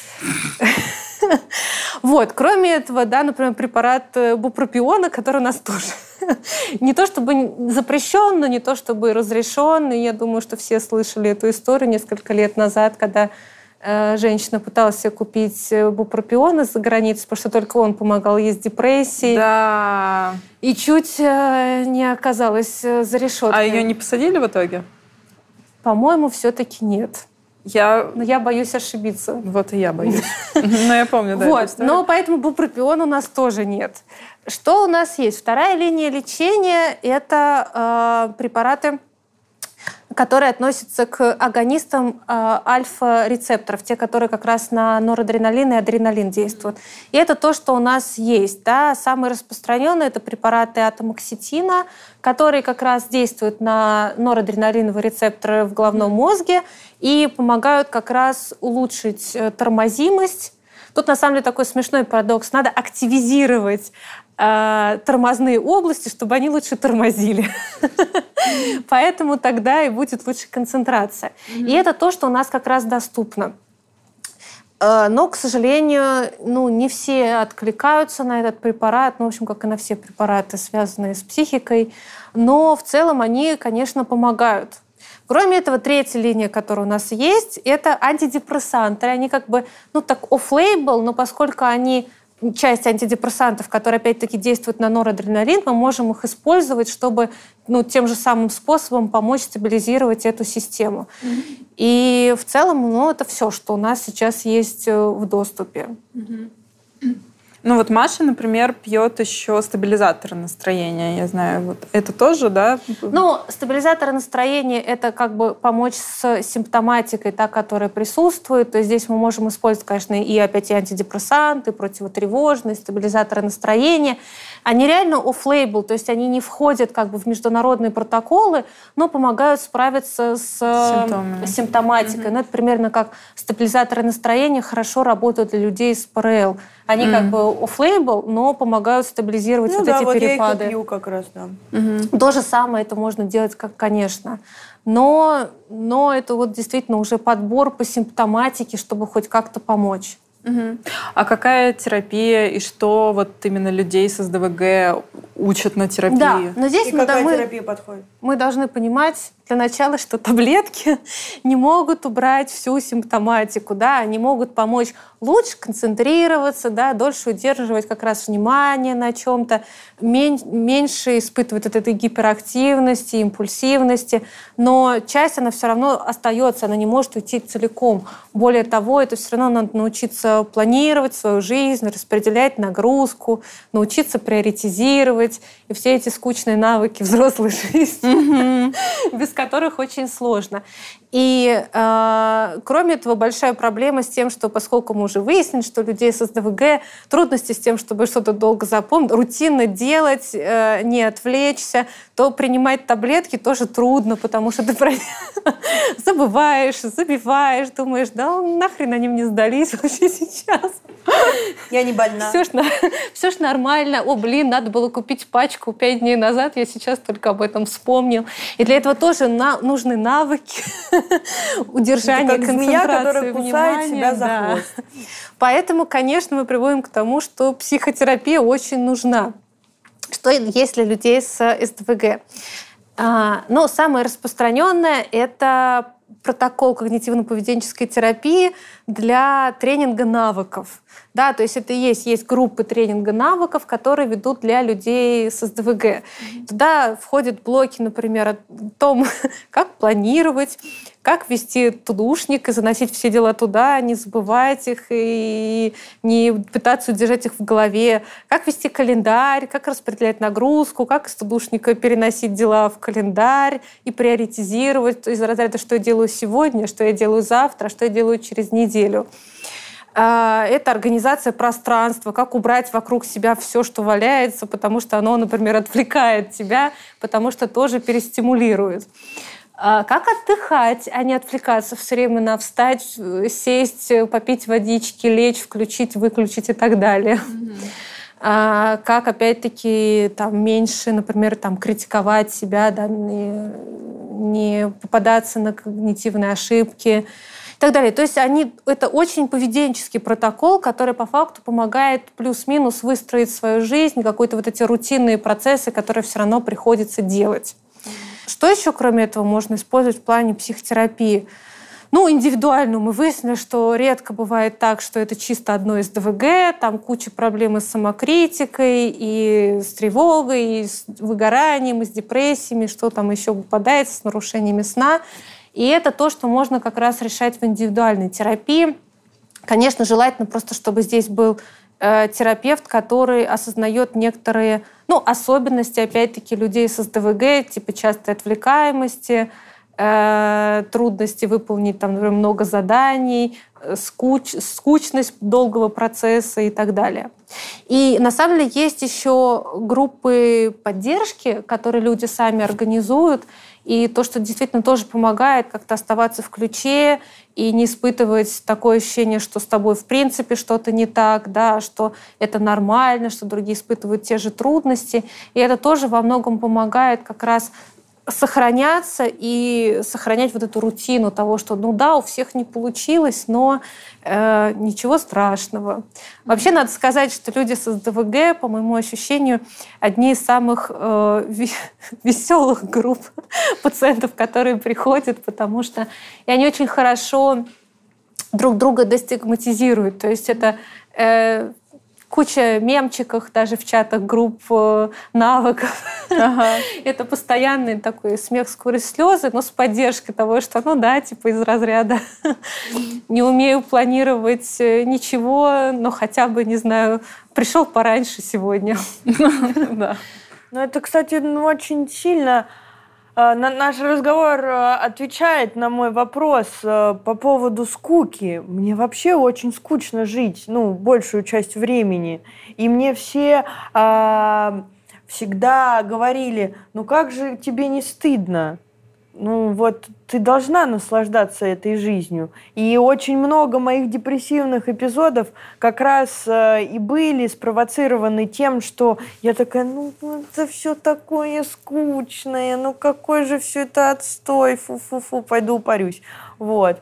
Speaker 4: Вот, кроме этого, да, например, препарат э, бупропиона, который у нас тоже не то чтобы запрещен, но не то чтобы разрешен. И я думаю, что все слышали эту историю несколько лет назад, когда э, женщина пыталась себе купить э, бупропион из-за границы, потому что только он помогал ей с депрессией.
Speaker 2: Да.
Speaker 4: И чуть э, не оказалась э, за решеткой.
Speaker 2: А ее не посадили в итоге?
Speaker 4: По-моему, все-таки нет.
Speaker 2: Я...
Speaker 4: Но я боюсь ошибиться.
Speaker 2: Вот и я боюсь. Но я помню, да, эту
Speaker 4: Вот,
Speaker 2: историю.
Speaker 4: но поэтому бупропиона у нас тоже нет. Что у нас есть? Вторая линия лечения – это э, препараты, которые относятся к агонистам э, альфа-рецепторов, те, которые как раз на норадреналин и адреналин действуют. И это то, что у нас есть. Да? Самые распространенные – это препараты атомоксетина, которые как раз действуют на норадреналиновые рецепторы в головном мозге и помогают как раз улучшить э, тормозимость. Тут, на самом деле, такой смешной парадокс. Надо активизировать э, тормозные области, чтобы они лучше тормозили. Поэтому тогда и будет лучше концентрация. И это то, что у нас как раз доступно. Э, Но, к сожалению, ну, не все откликаются на этот препарат, ну, в общем, как и на все препараты, связанные с психикой. Но в целом они, конечно, помогают. Кроме этого, третья линия, которая у нас есть, это антидепрессанты. Они как бы, ну так, off-label, но поскольку они часть антидепрессантов, которые опять-таки действуют на норадреналин, мы можем их использовать, чтобы ну, тем же самым способом помочь стабилизировать эту систему. Mm-hmm. И в целом, ну, это все, что у нас сейчас есть в доступе.
Speaker 2: Mm-hmm. Ну вот Маша, например, пьет еще стабилизаторы настроения. Я знаю, вот это тоже, да?
Speaker 4: Ну, стабилизаторы настроения – это как бы помочь с симптоматикой, та, которая присутствует. То есть здесь мы можем использовать, конечно, и опять и антидепрессанты, противотревожные, стабилизаторы настроения. Они реально off-label, то есть они не входят как бы в международные протоколы, но помогают справиться с
Speaker 2: Симптомами.
Speaker 4: симптоматикой. Mm-hmm. Ну, это примерно как стабилизаторы настроения хорошо работают для людей с ПРЛ. Они mm-hmm. как бы off-label, но помогают стабилизировать
Speaker 1: ну,
Speaker 4: вот
Speaker 1: да,
Speaker 4: эти
Speaker 1: вот
Speaker 4: перепады.
Speaker 1: Я их и пью как раз, да.
Speaker 2: Mm-hmm.
Speaker 4: То же самое это можно делать, как, конечно. Но, но это вот действительно уже подбор по симптоматике, чтобы хоть как-то помочь.
Speaker 2: Угу. А какая терапия и что вот именно людей с СДВГ учат на терапии?
Speaker 4: Да, но здесь
Speaker 1: и
Speaker 4: мы,
Speaker 1: какая
Speaker 4: мы,
Speaker 1: терапия подходит?
Speaker 4: Мы должны понимать для начала, что таблетки не могут убрать всю симптоматику, да, они могут помочь лучше концентрироваться, да, дольше удерживать как раз внимание на чем-то, меньше испытывать вот этой гиперактивности, импульсивности, но часть, она все равно остается, она не может уйти целиком. Более того, это все равно надо научиться планировать свою жизнь, распределять нагрузку, научиться приоритизировать, и все эти скучные навыки взрослой жизни, без которых очень сложно. И э, кроме этого, большая проблема с тем, что поскольку мы уже выяснили, что у людей с СДВГ трудности с тем, чтобы что-то долго запомнить, рутинно делать, э, не отвлечься, то принимать таблетки тоже трудно, потому что ты про... забываешь, забиваешь, думаешь, да нахрен они мне сдались вообще сейчас.
Speaker 1: Я не больна.
Speaker 4: Все ж, все ж нормально. О, блин, надо было купить пачку пять дней назад, я сейчас только об этом вспомнил. И для этого тоже на... нужны навыки удержания
Speaker 1: это как
Speaker 4: концентрации,
Speaker 1: змея, которая кусает
Speaker 4: внимания,
Speaker 1: себя за
Speaker 4: да.
Speaker 1: хвост.
Speaker 4: Поэтому, конечно, мы приводим к тому, что психотерапия очень нужна. Что есть для людей с СДВГ? А, ну, самое распространенное – это протокол когнитивно-поведенческой терапии для тренинга навыков. Да, то есть это и есть, есть группы тренинга навыков, которые ведут для людей с СДВГ. Mm-hmm. Туда входят блоки, например, о том, как планировать, как вести тудушник и заносить все дела туда, не забывать их и не пытаться удержать их в голове, как вести календарь, как распределять нагрузку, как из тудушника переносить дела в календарь и приоритизировать из разряда, что я делаю сегодня, что я делаю завтра, что я делаю через неделю. Это организация пространства, как убрать вокруг себя все, что валяется, потому что оно, например, отвлекает тебя, потому что тоже перестимулирует. Как отдыхать, а не отвлекаться все время на встать, сесть, попить водички, лечь, включить, выключить и так далее. Mm-hmm. Как, опять-таки, там, меньше, например, там, критиковать себя, да, не, не попадаться на когнитивные ошибки и так далее. То есть они, это очень поведенческий протокол, который по факту помогает плюс-минус выстроить свою жизнь, какие-то вот эти рутинные процессы, которые все равно приходится делать. Что еще, кроме этого, можно использовать в плане психотерапии? Ну, индивидуально мы выяснили, что редко бывает так, что это чисто одно из ДВГ, там куча проблем и с самокритикой, и с тревогой, и с выгоранием, и с депрессиями, что там еще попадает, с нарушениями сна. И это то, что можно как раз решать в индивидуальной терапии. Конечно, желательно просто, чтобы здесь был э, терапевт, который осознает некоторые ну, особенности, опять-таки, людей с СДВГ, типа частой отвлекаемости, э, трудности выполнить там, например, много заданий, скуч, скучность долгого процесса и так далее. И на самом деле есть еще группы поддержки, которые люди сами организуют, и то, что действительно тоже помогает как-то оставаться в ключе и не испытывать такое ощущение, что с тобой в принципе что-то не так, да, что это нормально, что другие испытывают те же трудности. И это тоже во многом помогает как раз сохраняться и сохранять вот эту рутину того, что ну да, у всех не получилось, но э, ничего страшного. Вообще надо сказать, что люди с СДВГ, по моему ощущению, одни из самых э, веселых групп пациентов, которые приходят, потому что и они очень хорошо друг друга дестигматизируют. То есть это э, куча мемчиков даже в чатах групп навыков. Ага. Это постоянный такой смех сквозь слезы, но с поддержкой того, что, ну да, типа из разряда не умею планировать ничего, но хотя бы, не знаю, пришел пораньше сегодня.
Speaker 1: Да. Ну это, кстати, ну, очень сильно... Наш разговор отвечает на мой вопрос по поводу скуки. Мне вообще очень скучно жить, ну, большую часть времени. И мне все а, всегда говорили, ну как же тебе не стыдно? Ну вот ты должна наслаждаться этой жизнью. И очень много моих депрессивных эпизодов как раз э, и были спровоцированы тем, что я такая, ну это все такое скучное, ну какой же все это отстой, фу-фу-фу, пойду упарюсь. Вот.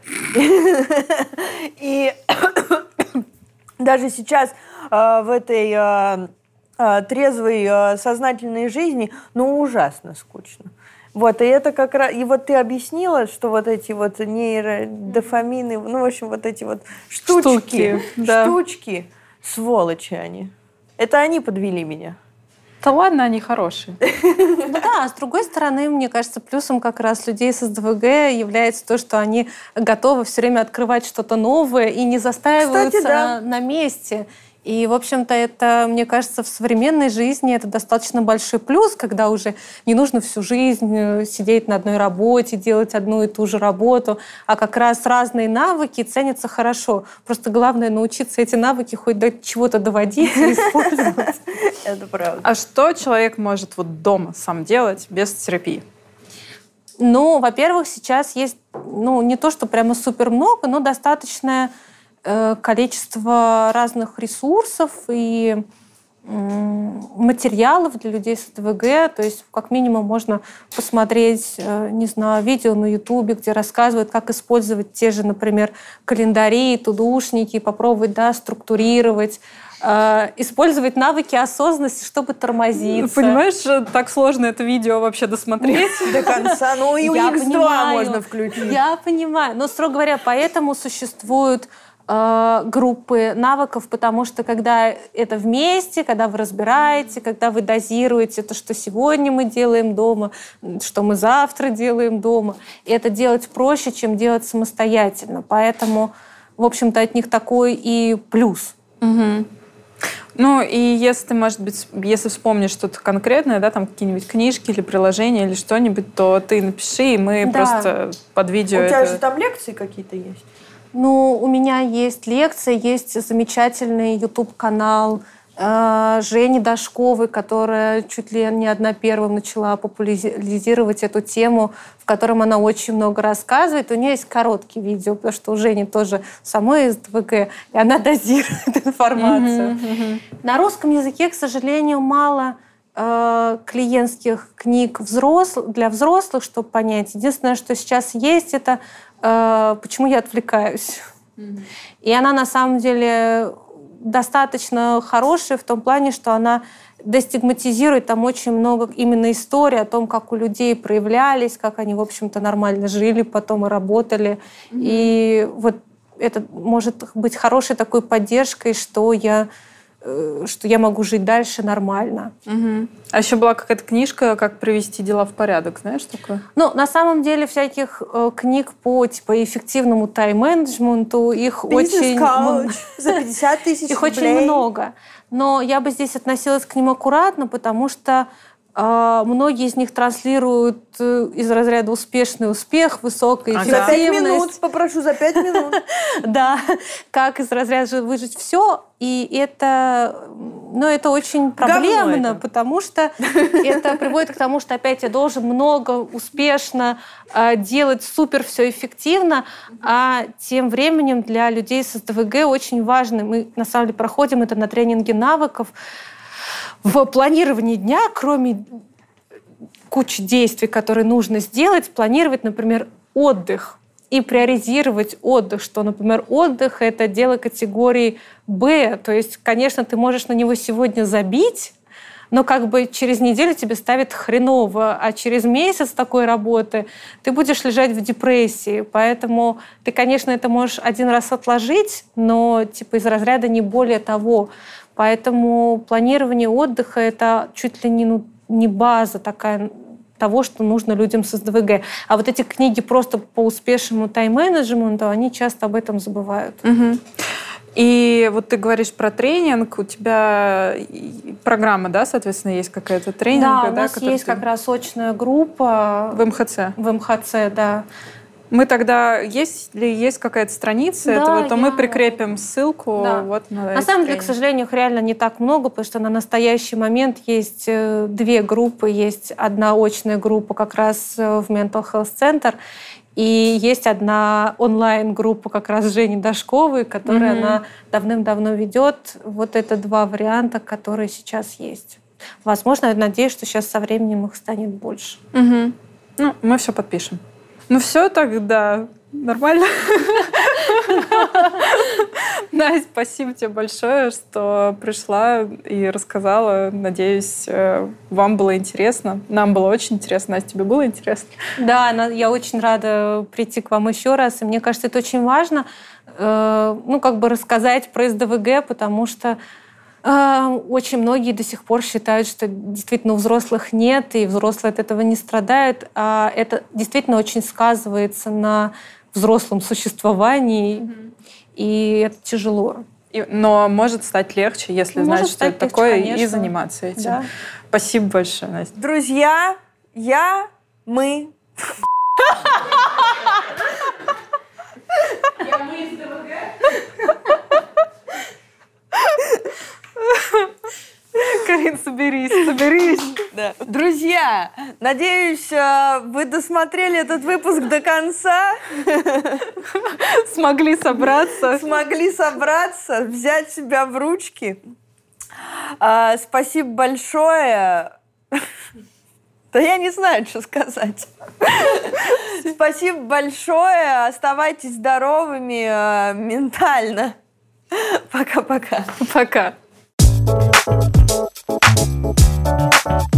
Speaker 1: И даже сейчас в этой трезвой сознательной жизни, ну ужасно скучно. Вот, и это как раз... И вот ты объяснила, что вот эти вот нейродофамины, ну, в общем, вот эти вот штучки, штуки, да. штучки, сволочи они. Это они подвели меня.
Speaker 2: Да ладно, они хорошие.
Speaker 4: Ну да, а с другой стороны, мне кажется, плюсом как раз людей с СДВГ является то, что они готовы все время открывать что-то новое и не застаиваются Кстати, да. на месте. И, в общем-то, это, мне кажется, в современной жизни это достаточно большой плюс, когда уже не нужно всю жизнь сидеть на одной работе, делать одну и ту же работу, а как раз разные навыки ценятся хорошо. Просто главное научиться эти навыки хоть до чего-то доводить и использовать.
Speaker 1: Это правда.
Speaker 2: А что человек может вот дома сам делать без терапии?
Speaker 4: Ну, во-первых, сейчас есть, ну, не то, что прямо супер много, но достаточное количество разных ресурсов и материалов для людей с СДВГ. То есть, как минимум, можно посмотреть, не знаю, видео на Ютубе, где рассказывают, как использовать те же, например, календари, тудушники, попробовать, да, структурировать, э, использовать навыки осознанности, чтобы тормозиться.
Speaker 2: Понимаешь, так сложно это видео вообще досмотреть
Speaker 1: до конца. Ну, и у икс два можно включить.
Speaker 4: Я понимаю. Но, строго говоря, поэтому существуют группы навыков, потому что когда это вместе, когда вы разбираете, когда вы дозируете то, что сегодня мы делаем дома, что мы завтра делаем дома, это делать проще, чем делать самостоятельно. Поэтому, в общем-то, от них такой и плюс.
Speaker 2: Угу. Ну, и если ты, может быть, если вспомнишь что-то конкретное, да, там какие-нибудь книжки или приложения или что-нибудь, то ты напиши, и мы да. просто под видео...
Speaker 1: У
Speaker 2: это...
Speaker 1: тебя же там лекции какие-то есть?
Speaker 4: Ну, у меня есть лекция, есть замечательный YouTube-канал э, Жени Дашковой, которая чуть ли не одна первым начала популяризировать эту тему, в котором она очень много рассказывает. У нее есть короткие видео, потому что у Жени тоже самой СДВГ, и она дозирует информацию. Mm-hmm, mm-hmm. На русском языке, к сожалению, мало э, клиентских книг взрослых, для взрослых, чтобы понять. Единственное, что сейчас есть, это «Почему я отвлекаюсь?». Mm-hmm. И она на самом деле достаточно хорошая в том плане, что она дестигматизирует там очень много именно историй о том, как у людей проявлялись, как они, в общем-то, нормально жили, потом и работали. Mm-hmm. И вот это может быть хорошей такой поддержкой, что я, что я могу жить дальше нормально.
Speaker 2: Угу. А еще была какая-то книжка «Как привести дела в порядок», знаешь такое?
Speaker 4: Ну, на самом деле всяких э, книг по типа эффективному тайм-менеджменту, их очень много.
Speaker 1: За пятьдесят тысяч
Speaker 4: Их
Speaker 1: рублей.
Speaker 4: очень много. Но я бы здесь относилась к ним аккуратно, потому что э, многие из них транслируют э, из разряда «успешный успех», «высокая эффективность».
Speaker 1: За пять минут, попрошу, за пять минут.
Speaker 4: Да, как из разряда «выжить все». И это, ну, это очень проблемно, это. потому что это приводит к тому, что опять я должен много, успешно э, делать супер все эффективно, а тем временем для людей с СДВГ очень важно, мы на самом деле проходим это на тренинге навыков, в планировании дня, кроме кучи действий, которые нужно сделать, планировать, например, отдых. И приоритизировать отдых, что, например, отдых — это дело категории «Б». То есть, конечно, ты можешь на него сегодня забить, но как бы через неделю тебе ставит хреново, а через месяц такой работы ты будешь лежать в депрессии. Поэтому ты, конечно, это можешь один раз отложить, но типа из разряда не более того. Поэтому планирование отдыха — это чуть ли не, ну, не база такая того, что нужно людям с СДВГ. А вот эти книги просто по успешному тайм-менеджменту, они часто об этом забывают.
Speaker 2: Угу. И вот ты говоришь про тренинг, у тебя программа, да, соответственно, есть какая-то тренинг?
Speaker 4: Да, у нас есть ты... как раз очная группа.
Speaker 2: В эм ха цэ?
Speaker 4: В эм ха цэ, да.
Speaker 2: Мы тогда, если есть какая-то страница да, этого, то я... мы прикрепим ссылку
Speaker 4: да.
Speaker 2: вот на
Speaker 4: На самом деле, к сожалению, их реально не так много, потому что на настоящий момент есть две группы. Есть одна очная группа как раз в Mental Health Center, и есть одна онлайн-группа как раз Жени Дашковой, которую mm-hmm. она давным-давно ведет. Вот это два варианта, которые сейчас есть. Возможно, я надеюсь, что сейчас со временем их станет больше.
Speaker 2: Mm-hmm. Ну, мы все подпишем. Ну все тогда. Нормально? Настя, спасибо тебе большое, что пришла и рассказала. Надеюсь, вам было интересно. Нам было очень интересно. Настя, тебе было интересно?
Speaker 4: Да, я очень рада прийти к вам еще раз. И мне кажется, это очень важно, ну, как бы рассказать про СДВГ, потому что очень многие до сих пор считают, что действительно у взрослых нет, и взрослые от этого не страдают. А это действительно очень сказывается на взрослом существовании, mm-hmm. и это тяжело.
Speaker 2: И, но может стать легче, если
Speaker 4: может
Speaker 2: знать, что это
Speaker 4: легче,
Speaker 2: такое,
Speaker 4: конечно.
Speaker 2: И заниматься этим.
Speaker 4: Да.
Speaker 2: Спасибо большое, Настя.
Speaker 1: Друзья, я, мы...
Speaker 4: Я мы из СДВГ?
Speaker 2: Карин, соберись, соберись.
Speaker 1: Да. Друзья, надеюсь, вы досмотрели этот выпуск до конца.
Speaker 2: Смогли собраться.
Speaker 1: Смогли собраться, взять себя в ручки. А, спасибо большое. Да я не знаю, что сказать. Спасибо большое. Оставайтесь здоровыми э, ментально. Пока-пока.
Speaker 2: Пока.